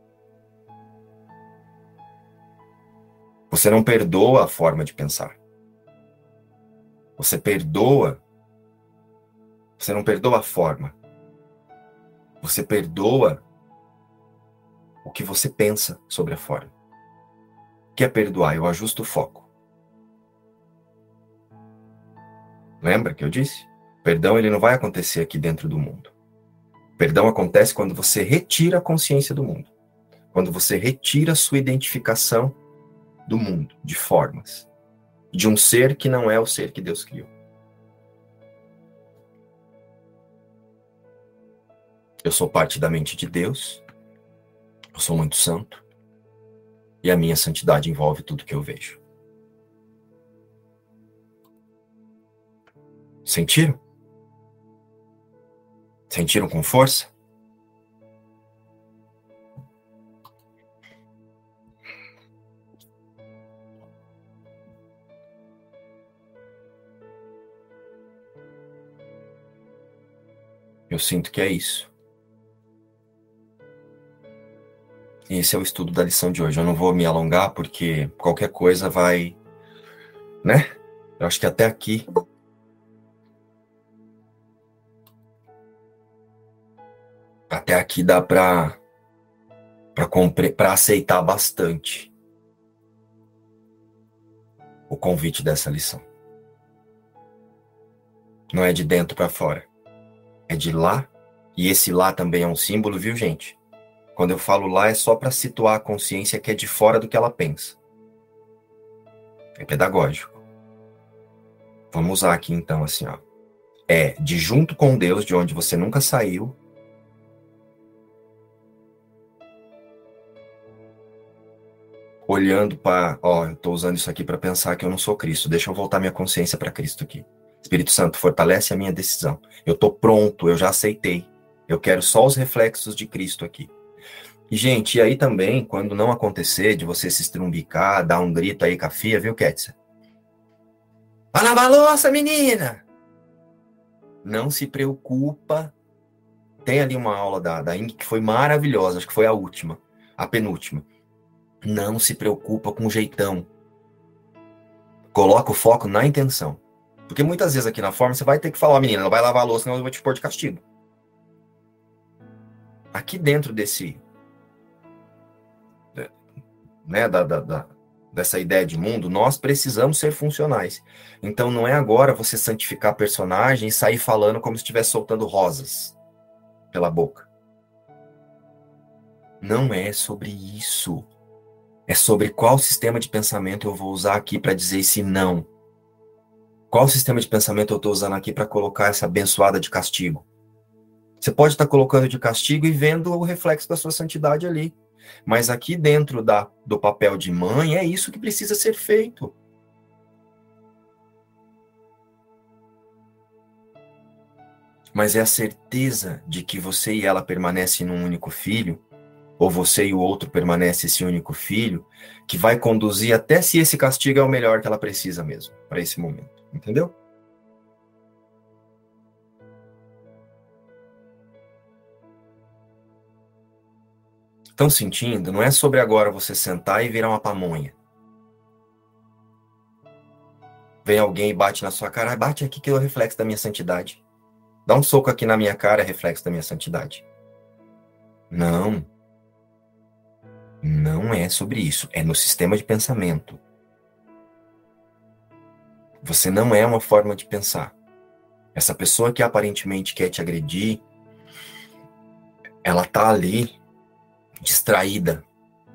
Você não perdoa a forma de pensar. Você perdoa. Você não perdoa a forma. Você perdoa o que você pensa sobre a forma. O que é perdoar? Eu ajusto o foco. Lembra que eu disse? Perdão, ele não vai acontecer aqui dentro do mundo. Perdão acontece quando você retira a consciência do mundo. Quando você retira a sua identificação do mundo, de formas. De um ser que não é o ser que Deus criou. Eu sou parte da mente de Deus. Eu sou muito santo. E a minha santidade envolve tudo que eu vejo. Sentiram? Sentiram com força? Eu sinto que é isso. E esse é o estudo da lição de hoje. Eu não vou me alongar, porque qualquer coisa vai, né? Eu acho que até aqui... Até aqui dá para para aceitar bastante o convite dessa lição. Não é de dentro para fora. É de lá. E esse lá também é um símbolo, viu, gente? Quando eu falo lá, é só para situar a consciência que é de fora do que ela pensa. É pedagógico. Vamos usar aqui, então, assim, ó. É de junto com Deus, de onde você nunca saiu, olhando para, ó, eu estou usando isso aqui para pensar que eu não sou Cristo. Deixa eu voltar minha consciência para Cristo aqui. Espírito Santo, fortalece a minha decisão. Eu estou pronto, eu já aceitei. Eu quero só os reflexos de Cristo aqui. E, gente, e aí também, quando não acontecer de você se estrumbicar, dar um grito aí com a Fia, viu, Kétia? Vai lavar a louça, menina! Não se preocupa. Tem ali uma aula da, da Ing que foi maravilhosa, acho que foi a última, a penúltima. Não se preocupa com o jeitão. Coloca o foco na intenção. Porque muitas vezes aqui na forma você vai ter que falar, menina, não vai lavar a louça, senão eu vou te pôr de castigo. Aqui dentro desse... Né, da, da, da, dessa ideia de mundo, nós precisamos ser funcionais. Então não é agora você santificar personagem e sair falando como se estivesse soltando rosas pela boca. Não é sobre isso. É sobre qual sistema de pensamento eu vou usar aqui para dizer esse não. Qual sistema de pensamento eu estou usando aqui para colocar essa abençoada de castigo? Você pode estar colocando de castigo e vendo o reflexo da sua santidade ali. Mas aqui dentro da, do papel de mãe, é isso que precisa ser feito. Mas é a certeza de que você e ela permanecem num único filho, ou você e o outro permanece esse único filho, que vai conduzir até se esse castigo é o melhor que ela precisa mesmo, para esse momento. Entendeu? Estão sentindo? Não é sobre agora você sentar e virar uma pamonha. Vem alguém e bate na sua cara, bate aqui que é o reflexo da minha santidade. Dá um soco aqui na minha cara, é reflexo da minha santidade. Não. Não é sobre isso. É no sistema de pensamento. Você não é uma forma de pensar. Essa pessoa que aparentemente quer te agredir, ela tá ali distraída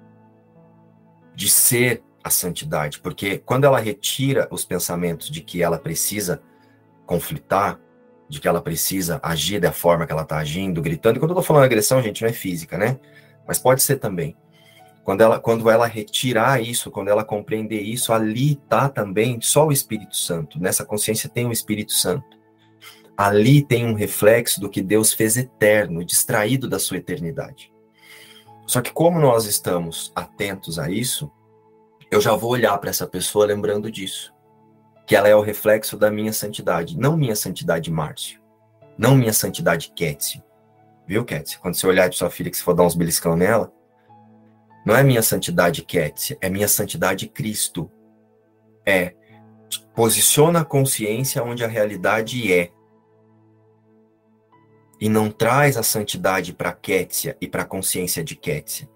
de ser a santidade. Porque quando ela retira os pensamentos de que ela precisa conflitar, de que ela precisa agir da forma que ela está agindo, gritando. E quando eu estou falando agressão, gente, não é física, né? Mas pode ser também. Quando ela, quando ela retirar isso, quando ela compreender isso, ali está também só o Espírito Santo. Nessa consciência tem o Espírito Santo. Ali tem um reflexo do que Deus fez eterno, distraído da sua eternidade. Só que como nós estamos atentos a isso, eu já vou olhar para essa pessoa lembrando disso. Que ela é o reflexo da minha santidade. Não minha santidade Márcio. Não minha santidade Kétia. Viu, Kétia? Quando você olhar para sua filha que você for dar uns beliscão nela, não é minha santidade Kétia, é minha santidade Cristo. É, posiciona a consciência onde a realidade é. E não traz a santidade para Kétia e para a consciência de Kétia.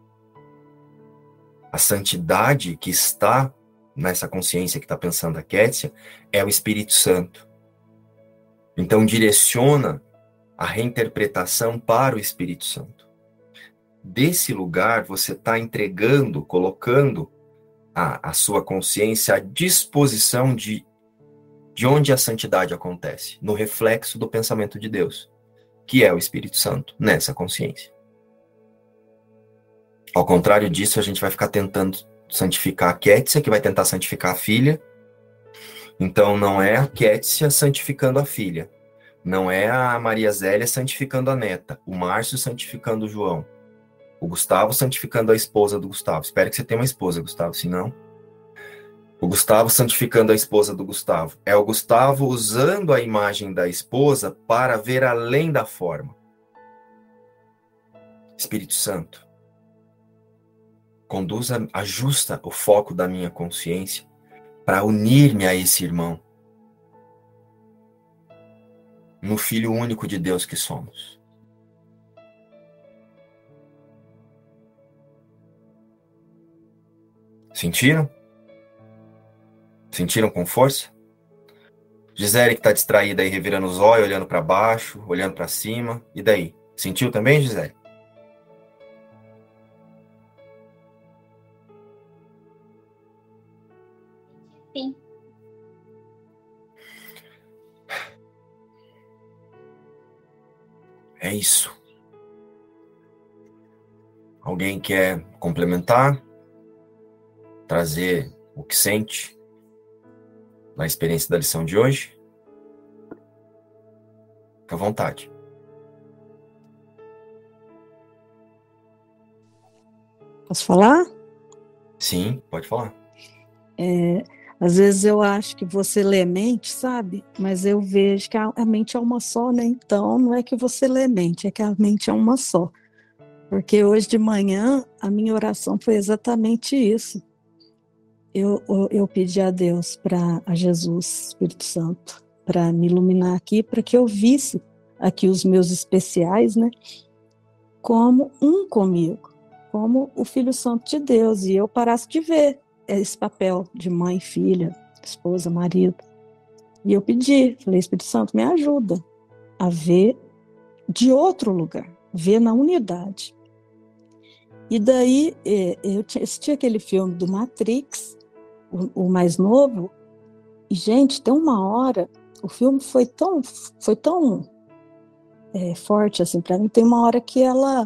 A santidade que está nessa consciência que está pensando a Kétia, é o Espírito Santo. Então direciona a reinterpretação para o Espírito Santo. Desse lugar, você está entregando, colocando a, a sua consciência à disposição de, de onde a santidade acontece, no reflexo do pensamento de Deus, que é o Espírito Santo, nessa consciência. Ao contrário disso, a gente vai ficar tentando santificar a Kétia, que vai tentar santificar a filha. Então não é a Kétia santificando a filha. Não é a Maria Zélia santificando a neta. O Márcio santificando o João. O Gustavo santificando a esposa do Gustavo. Espero que você tenha uma esposa, Gustavo, senão... O Gustavo santificando a esposa do Gustavo. É o Gustavo usando a imagem da esposa para ver além da forma. Espírito Santo, conduza, ajusta o foco da minha consciência para unir-me a esse irmão, no Filho único de Deus que somos. Sentiram? Sentiram com força? Gisele que está distraída aí, revirando os olhos, olhando para baixo, olhando para cima. E daí? Sentiu também, Gisele? Sim. É isso. Alguém quer complementar? Trazer o que sente na experiência da lição de hoje? Fica à vontade. Posso falar? Sim, pode falar. É, às vezes eu acho que você lê mente, sabe? Mas eu vejo que a, a mente é uma só, né? Então não é que você lê mente, é que a mente é uma só. Porque hoje de manhã a minha oração foi exatamente isso. Eu, eu, eu pedi a Deus, para a Jesus, Espírito Santo, para me iluminar aqui, para que eu visse aqui os meus especiais, né? Como um comigo, como o Filho Santo de Deus, e eu parasse de ver esse papel de mãe, filha, esposa, marido. E eu pedi, falei, Espírito Santo, me ajuda a ver de outro lugar, ver na unidade. E daí, eu assisti aquele filme do Matrix, o, o mais novo, e, gente, tem uma hora, o filme foi tão, foi tão é, forte, assim, para mim, tem uma hora que ela,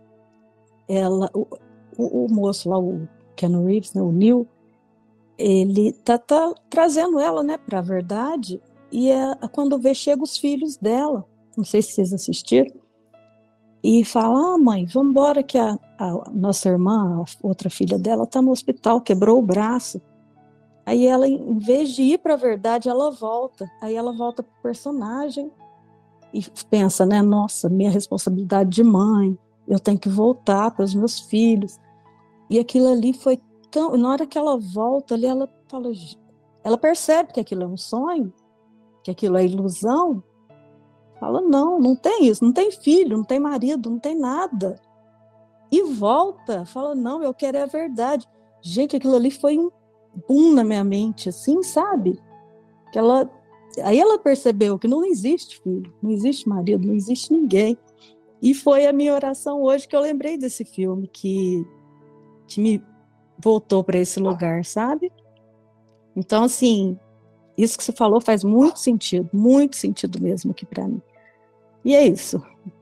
ela o, o, o moço lá, o Keanu Reeves, né, o Neo, ele tá, tá trazendo ela, né, para a verdade, e é, quando vê, chega os filhos dela, não sei se vocês assistiram, e fala, ah, mãe, vamos embora que a, a nossa irmã, a outra filha dela, tá no hospital, quebrou o braço. Aí ela, em vez de ir para a verdade, ela volta. Aí ela volta pro personagem e pensa, né, nossa, minha responsabilidade de mãe, eu tenho que voltar para os meus filhos. E aquilo ali foi tão... Na hora que ela volta ali, ela fala, ela percebe que aquilo é um sonho, que aquilo é ilusão. Fala, não, não tem isso, não tem filho, não tem marido, não tem nada. E volta, fala, não, eu quero é a verdade. Gente, aquilo ali foi um boom na minha mente, assim, sabe? Que ela... Aí ela percebeu que não existe filho, não existe marido, não existe ninguém. E foi a minha oração hoje que eu lembrei desse filme, que, que me voltou para esse lugar, sabe? Então, assim, isso que você falou faz muito sentido, muito sentido mesmo aqui para mim. E é isso.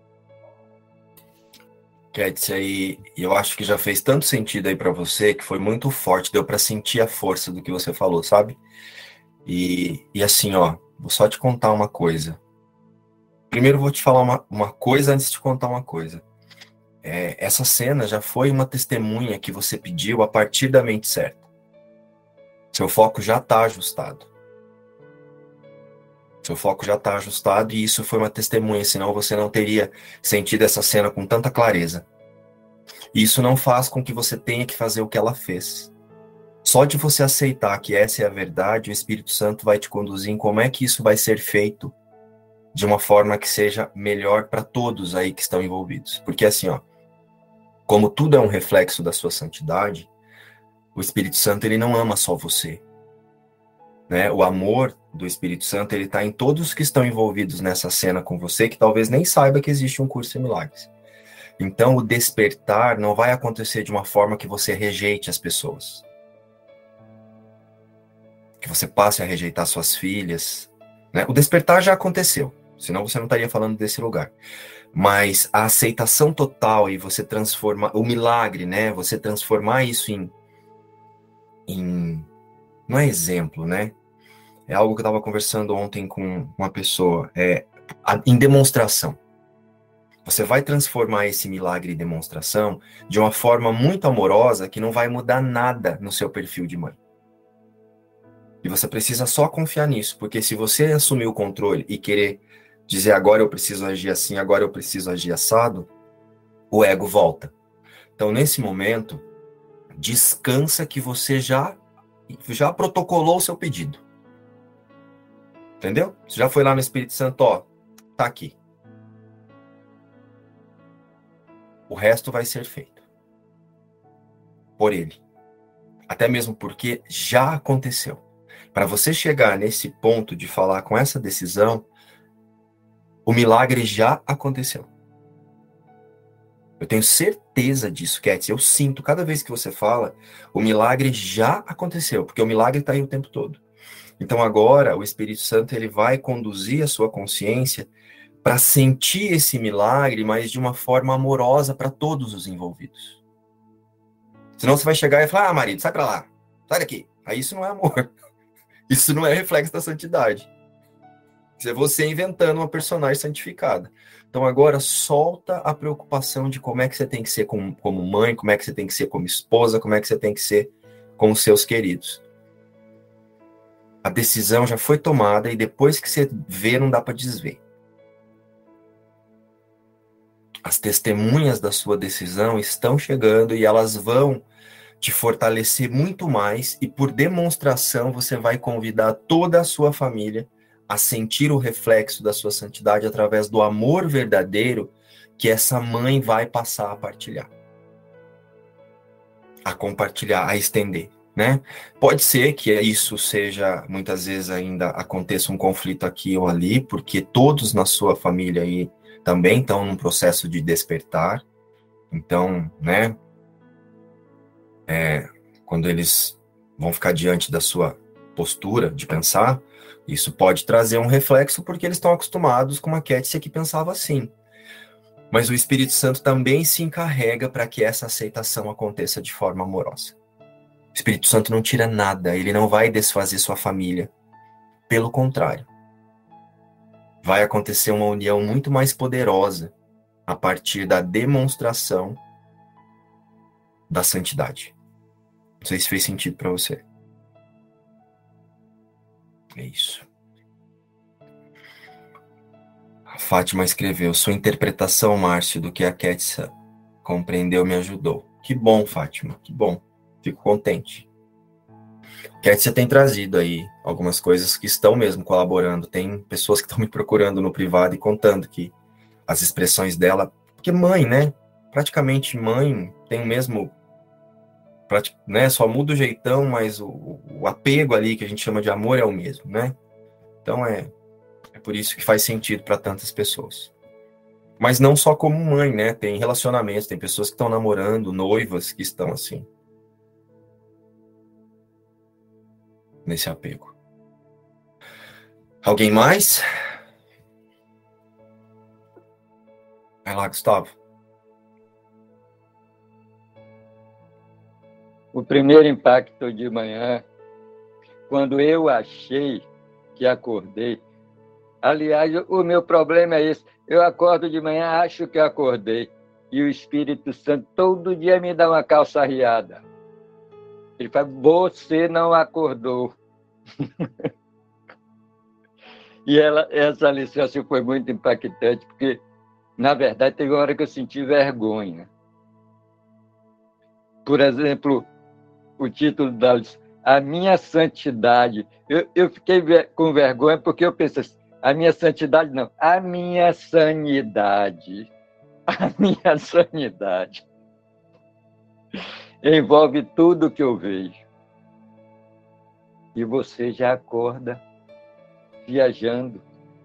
Kétia, aí, eu acho que já fez tanto sentido aí para você, que foi muito forte, deu para sentir a força do que você falou, sabe? E, e assim, ó, vou só te contar uma coisa. Primeiro vou te falar uma, uma coisa antes de contar uma coisa. É, essa cena já foi uma testemunha que você pediu a partir da mente certa. Seu foco já está ajustado. Seu foco já está ajustado e isso foi uma testemunha, senão você não teria sentido essa cena com tanta clareza. E isso não faz com que você tenha que fazer o que ela fez. Só de você aceitar que essa é a verdade, o Espírito Santo vai te conduzir em como é que isso vai ser feito de uma forma que seja melhor para todos aí que estão envolvidos. Porque assim, ó, como tudo é um reflexo da sua santidade, o Espírito Santo ele não ama só você. Né? O amor do Espírito Santo ele está em todos que estão envolvidos nessa cena com você, que talvez nem saiba que existe um curso em milagres. Então o despertar não vai acontecer de uma forma que você rejeite as pessoas. Que você passe a rejeitar suas filhas. Né? O despertar já aconteceu, senão você não estaria falando desse lugar. Mas a aceitação total e você transformar, o milagre, né? Você transformar isso em, em não é exemplo, né? É algo que eu estava conversando ontem com uma pessoa, é a, em demonstração. Você vai transformar esse milagre em demonstração de uma forma muito amorosa que não vai mudar nada no seu perfil de mãe. E você precisa só confiar nisso, porque se você assumir o controle e querer dizer agora eu preciso agir assim, agora eu preciso agir assado, o ego volta. Então, nesse momento, descansa que você já, já protocolou o seu pedido. Entendeu? Você já foi lá no Espírito Santo, ó, tá aqui. O resto vai ser feito por ele. Até mesmo porque já aconteceu. Para você chegar nesse ponto de falar com essa decisão, o milagre já aconteceu. Eu tenho certeza disso, Cat. Eu sinto, cada vez que você fala, o milagre já aconteceu, porque o milagre está aí o tempo todo. Então agora, o Espírito Santo ele vai conduzir a sua consciência para sentir esse milagre, mas de uma forma amorosa para todos os envolvidos. Senão você vai chegar e falar, ah, marido, sai para lá, sai daqui. Aí isso não é amor. Isso não é reflexo da santidade. Isso é você inventando uma personagem santificada. Então agora solta a preocupação de como é que você tem que ser como, como mãe, como é que você tem que ser como esposa, como é que você tem que ser com os seus queridos. A decisão já foi tomada e depois que você vê, não dá para desver. As testemunhas da sua decisão estão chegando e elas vão te fortalecer muito mais e por demonstração você vai convidar toda a sua família a sentir o reflexo da sua santidade através do amor verdadeiro que essa mãe vai passar a partilhar. A compartilhar, a estender, né? Pode ser que isso seja, muitas vezes ainda aconteça um conflito aqui ou ali, porque todos na sua família aí também estão num processo de despertar. Então, né? É, quando eles vão ficar diante da sua postura de pensar, isso pode trazer um reflexo porque eles estão acostumados com uma Kétia que pensava assim. Mas o Espírito Santo também se encarrega para que essa aceitação aconteça de forma amorosa. O Espírito Santo não tira nada, ele não vai desfazer sua família. Pelo contrário. Vai acontecer uma união muito mais poderosa a partir da demonstração da santidade. Não sei se fez sentido para você. É isso. A Fátima escreveu, sua interpretação, Márcio, do que a Kétia compreendeu me ajudou. Que bom, Fátima, que bom. Fico contente. Kétia tem trazido aí algumas coisas que estão mesmo colaborando. Tem pessoas que estão me procurando no privado e contando que as expressões dela... Porque mãe, né? Praticamente mãe tem o mesmo... Né? Só muda o jeitão, mas o, o apego ali que a gente chama de amor é o mesmo, né? Então é, é por isso que faz sentido para tantas pessoas. Mas não só como mãe, né? Tem relacionamentos, tem pessoas que estão namorando, noivas que estão assim. Nesse apego. Alguém mais? Vai lá, Gustavo. O primeiro impacto de manhã, quando eu achei que acordei, aliás, o meu problema é esse, eu acordo de manhã, acho que acordei, e o Espírito Santo todo dia me dá uma calça arriada. Ele fala, você não acordou. E ela, essa lição assim, foi muito impactante, porque, na verdade, teve uma hora que eu senti vergonha. Por exemplo, o título da lição, A Minha Santidade. Eu, eu fiquei com vergonha porque eu pensei assim, a minha santidade não, a minha sanidade. A minha sanidade. Envolve tudo que eu vejo. E você já acorda viajando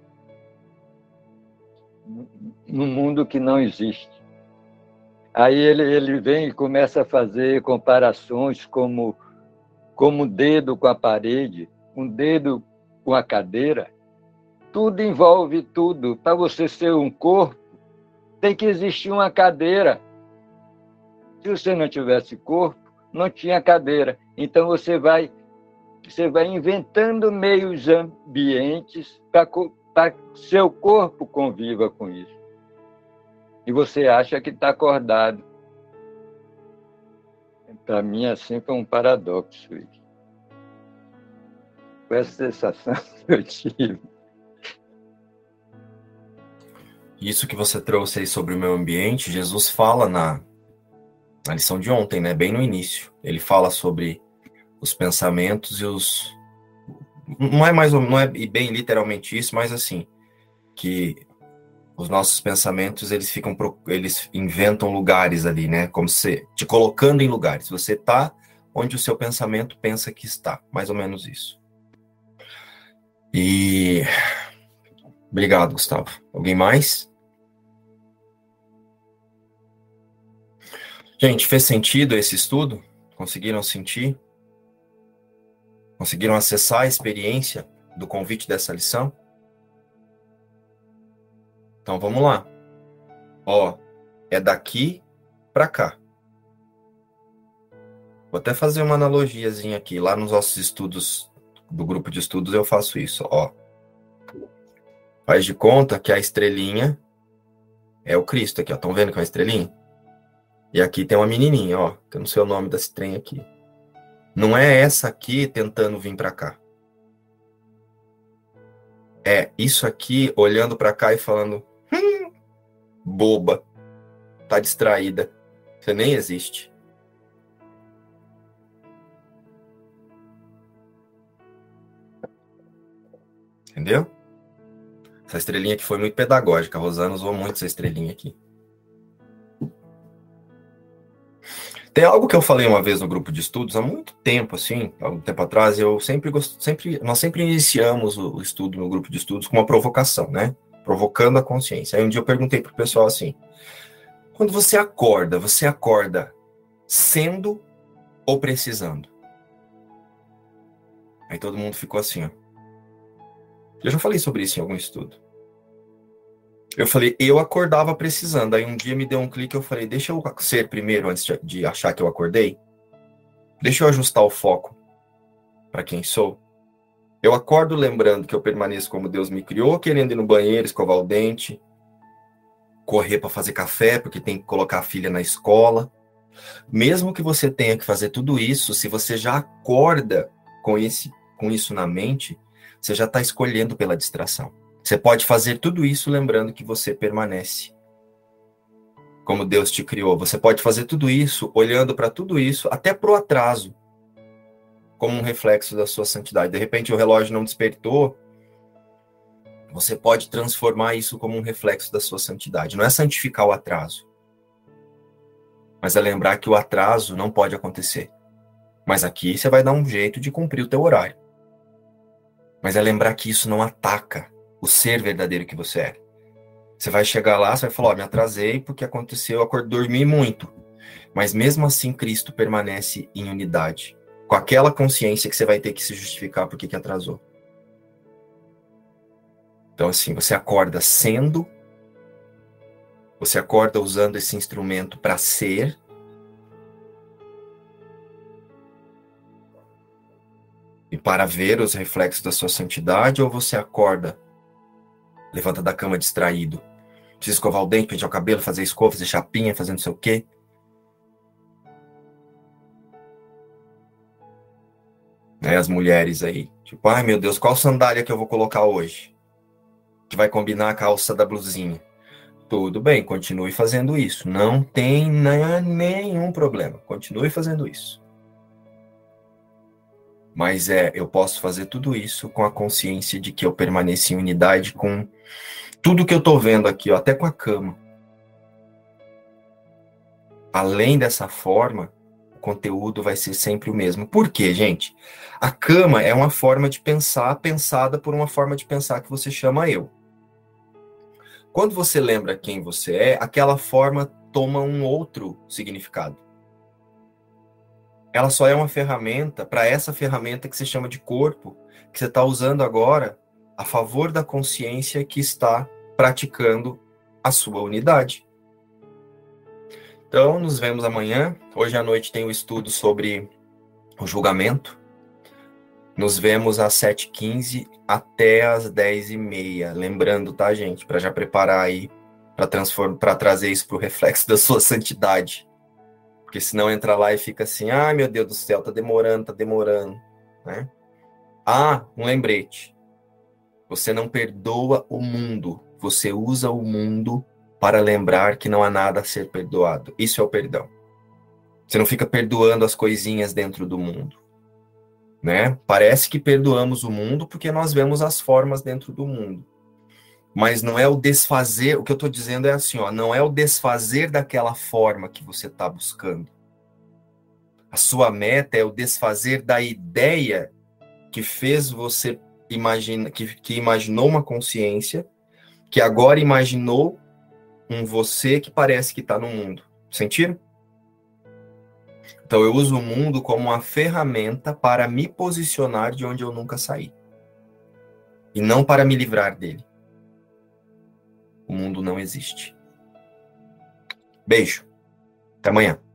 num mundo que não existe. Aí ele, ele vem e começa a fazer comparações como, como um dedo com a parede, um dedo com a cadeira. Tudo envolve tudo. Para você ser um corpo, tem que existir uma cadeira. Se você não tivesse corpo, não tinha cadeira. Então você vai, você vai inventando meios ambientes para que seu corpo conviva com isso. E você acha que está acordado. Para mim, assim, foi um paradoxo isso. Foi essa sensação que eu tive. Isso que você trouxe aí sobre o meio ambiente, Jesus fala na, na lição de ontem, né? Bem no início. Ele fala sobre os pensamentos e os... Não é mais, não é bem literalmente isso, mas assim, que os nossos pensamentos, eles ficam, eles inventam lugares ali, né? Como se te colocando em lugares. Você está onde o seu pensamento pensa que está, mais ou menos isso. E obrigado, Gustavo. Alguém mais? Gente, fez sentido esse estudo? Conseguiram sentir? Conseguiram acessar a experiência do convite dessa lição? Então vamos lá. Ó, é daqui para cá. Vou até fazer uma analogiazinha aqui. Lá nos nossos estudos, do grupo de estudos, eu faço isso. Ó, faz de conta que a estrelinha é o Cristo aqui, ó. Estão vendo que é uma estrelinha? E aqui tem uma menininha, ó, que eu não sei o nome desse trem aqui. Não é essa aqui tentando vir para cá. É isso aqui olhando para cá e falando, hum, boba, tá distraída, você nem existe. Entendeu? Essa estrelinha aqui foi muito pedagógica. A Rosana usou muito essa estrelinha aqui. Tem algo que eu falei uma vez no grupo de estudos, há muito tempo, assim, há algum tempo atrás, eu sempre gosto, sempre, nós sempre iniciamos o, o estudo no grupo de estudos com uma provocação, né? Provocando a consciência. Aí um dia eu perguntei pro pessoal assim, quando você acorda, você acorda sendo ou precisando? Aí todo mundo ficou assim, ó. Eu já falei sobre isso em algum estudo. Eu falei, eu acordava precisando. Aí um dia me deu um clique, eu falei, deixa eu ser primeiro antes de, de achar que eu acordei. Deixa eu ajustar o foco para quem sou. Eu acordo lembrando que eu permaneço como Deus me criou, querendo ir no banheiro, escovar o dente, correr para fazer café, porque tem que colocar a filha na escola. Mesmo que você tenha que fazer tudo isso, se você já acorda com, esse, com isso na mente, você já está escolhendo pela distração. Você pode fazer tudo isso lembrando que você permanece como Deus te criou. Você pode fazer tudo isso olhando para tudo isso, até para o atraso, como um reflexo da sua santidade. De repente o relógio não despertou, você pode transformar isso como um reflexo da sua santidade. Não é santificar o atraso, mas é lembrar que o atraso não pode acontecer. Mas aqui você vai dar um jeito de cumprir o teu horário. Mas é lembrar que isso não ataca o ser verdadeiro que você é. Você vai chegar lá, você vai falar, ó, me atrasei porque aconteceu, eu acordei, dormi muito. Mas mesmo assim, Cristo permanece em unidade, com aquela consciência que você vai ter que se justificar porque que atrasou. Então, assim, você acorda sendo, você acorda usando esse instrumento para ser, e para ver os reflexos da sua santidade, ou você acorda, levanta da cama distraído, precisa escovar o dente, pentear o cabelo, fazer escova, fazer chapinha, fazer não sei o quê. Né, as mulheres aí, tipo, ai meu Deus, qual sandália que eu vou colocar hoje? Que vai combinar a calça da blusinha. Tudo bem, continue fazendo isso. Não tem nenhum problema, continue fazendo isso. Mas é, eu posso fazer tudo isso com a consciência de que eu permaneço em unidade com tudo que eu tô vendo aqui, ó, até com a cama. Além dessa forma, o conteúdo vai ser sempre o mesmo. Por quê, gente? A cama é uma forma de pensar, pensada por uma forma de pensar que você chama eu. Quando você lembra quem você é, aquela forma toma um outro significado. Ela só é uma ferramenta para essa ferramenta que se chama de corpo, que você está usando agora a favor da consciência que está praticando a sua unidade. Então, nos vemos amanhã. Hoje à noite tem o estudo sobre o julgamento. Nos vemos às sete e quinze até às dez e meia. Lembrando, tá, gente? Para já preparar aí, para transformar, para trazer isso para o reflexo da sua santidade. Porque senão entra lá e fica assim, ai meu Deus do céu, tá demorando, tá demorando, né? Ah, um lembrete. Você não perdoa o mundo. Você usa o mundo para lembrar que não há nada a ser perdoado. Isso é o perdão. Você não fica perdoando as coisinhas dentro do mundo, né? Parece que perdoamos o mundo porque nós vemos as formas dentro do mundo. Mas não é o desfazer, o que eu estou dizendo é assim, ó, não é o desfazer daquela forma que você está buscando. A sua meta é o desfazer da ideia que fez você imagina, que, que imaginou uma consciência, que agora imaginou um você que parece que está no mundo. Sentiram? Então eu uso o mundo como uma ferramenta para me posicionar de onde eu nunca saí. E não para me livrar dele. O mundo não existe. Beijo. Até amanhã.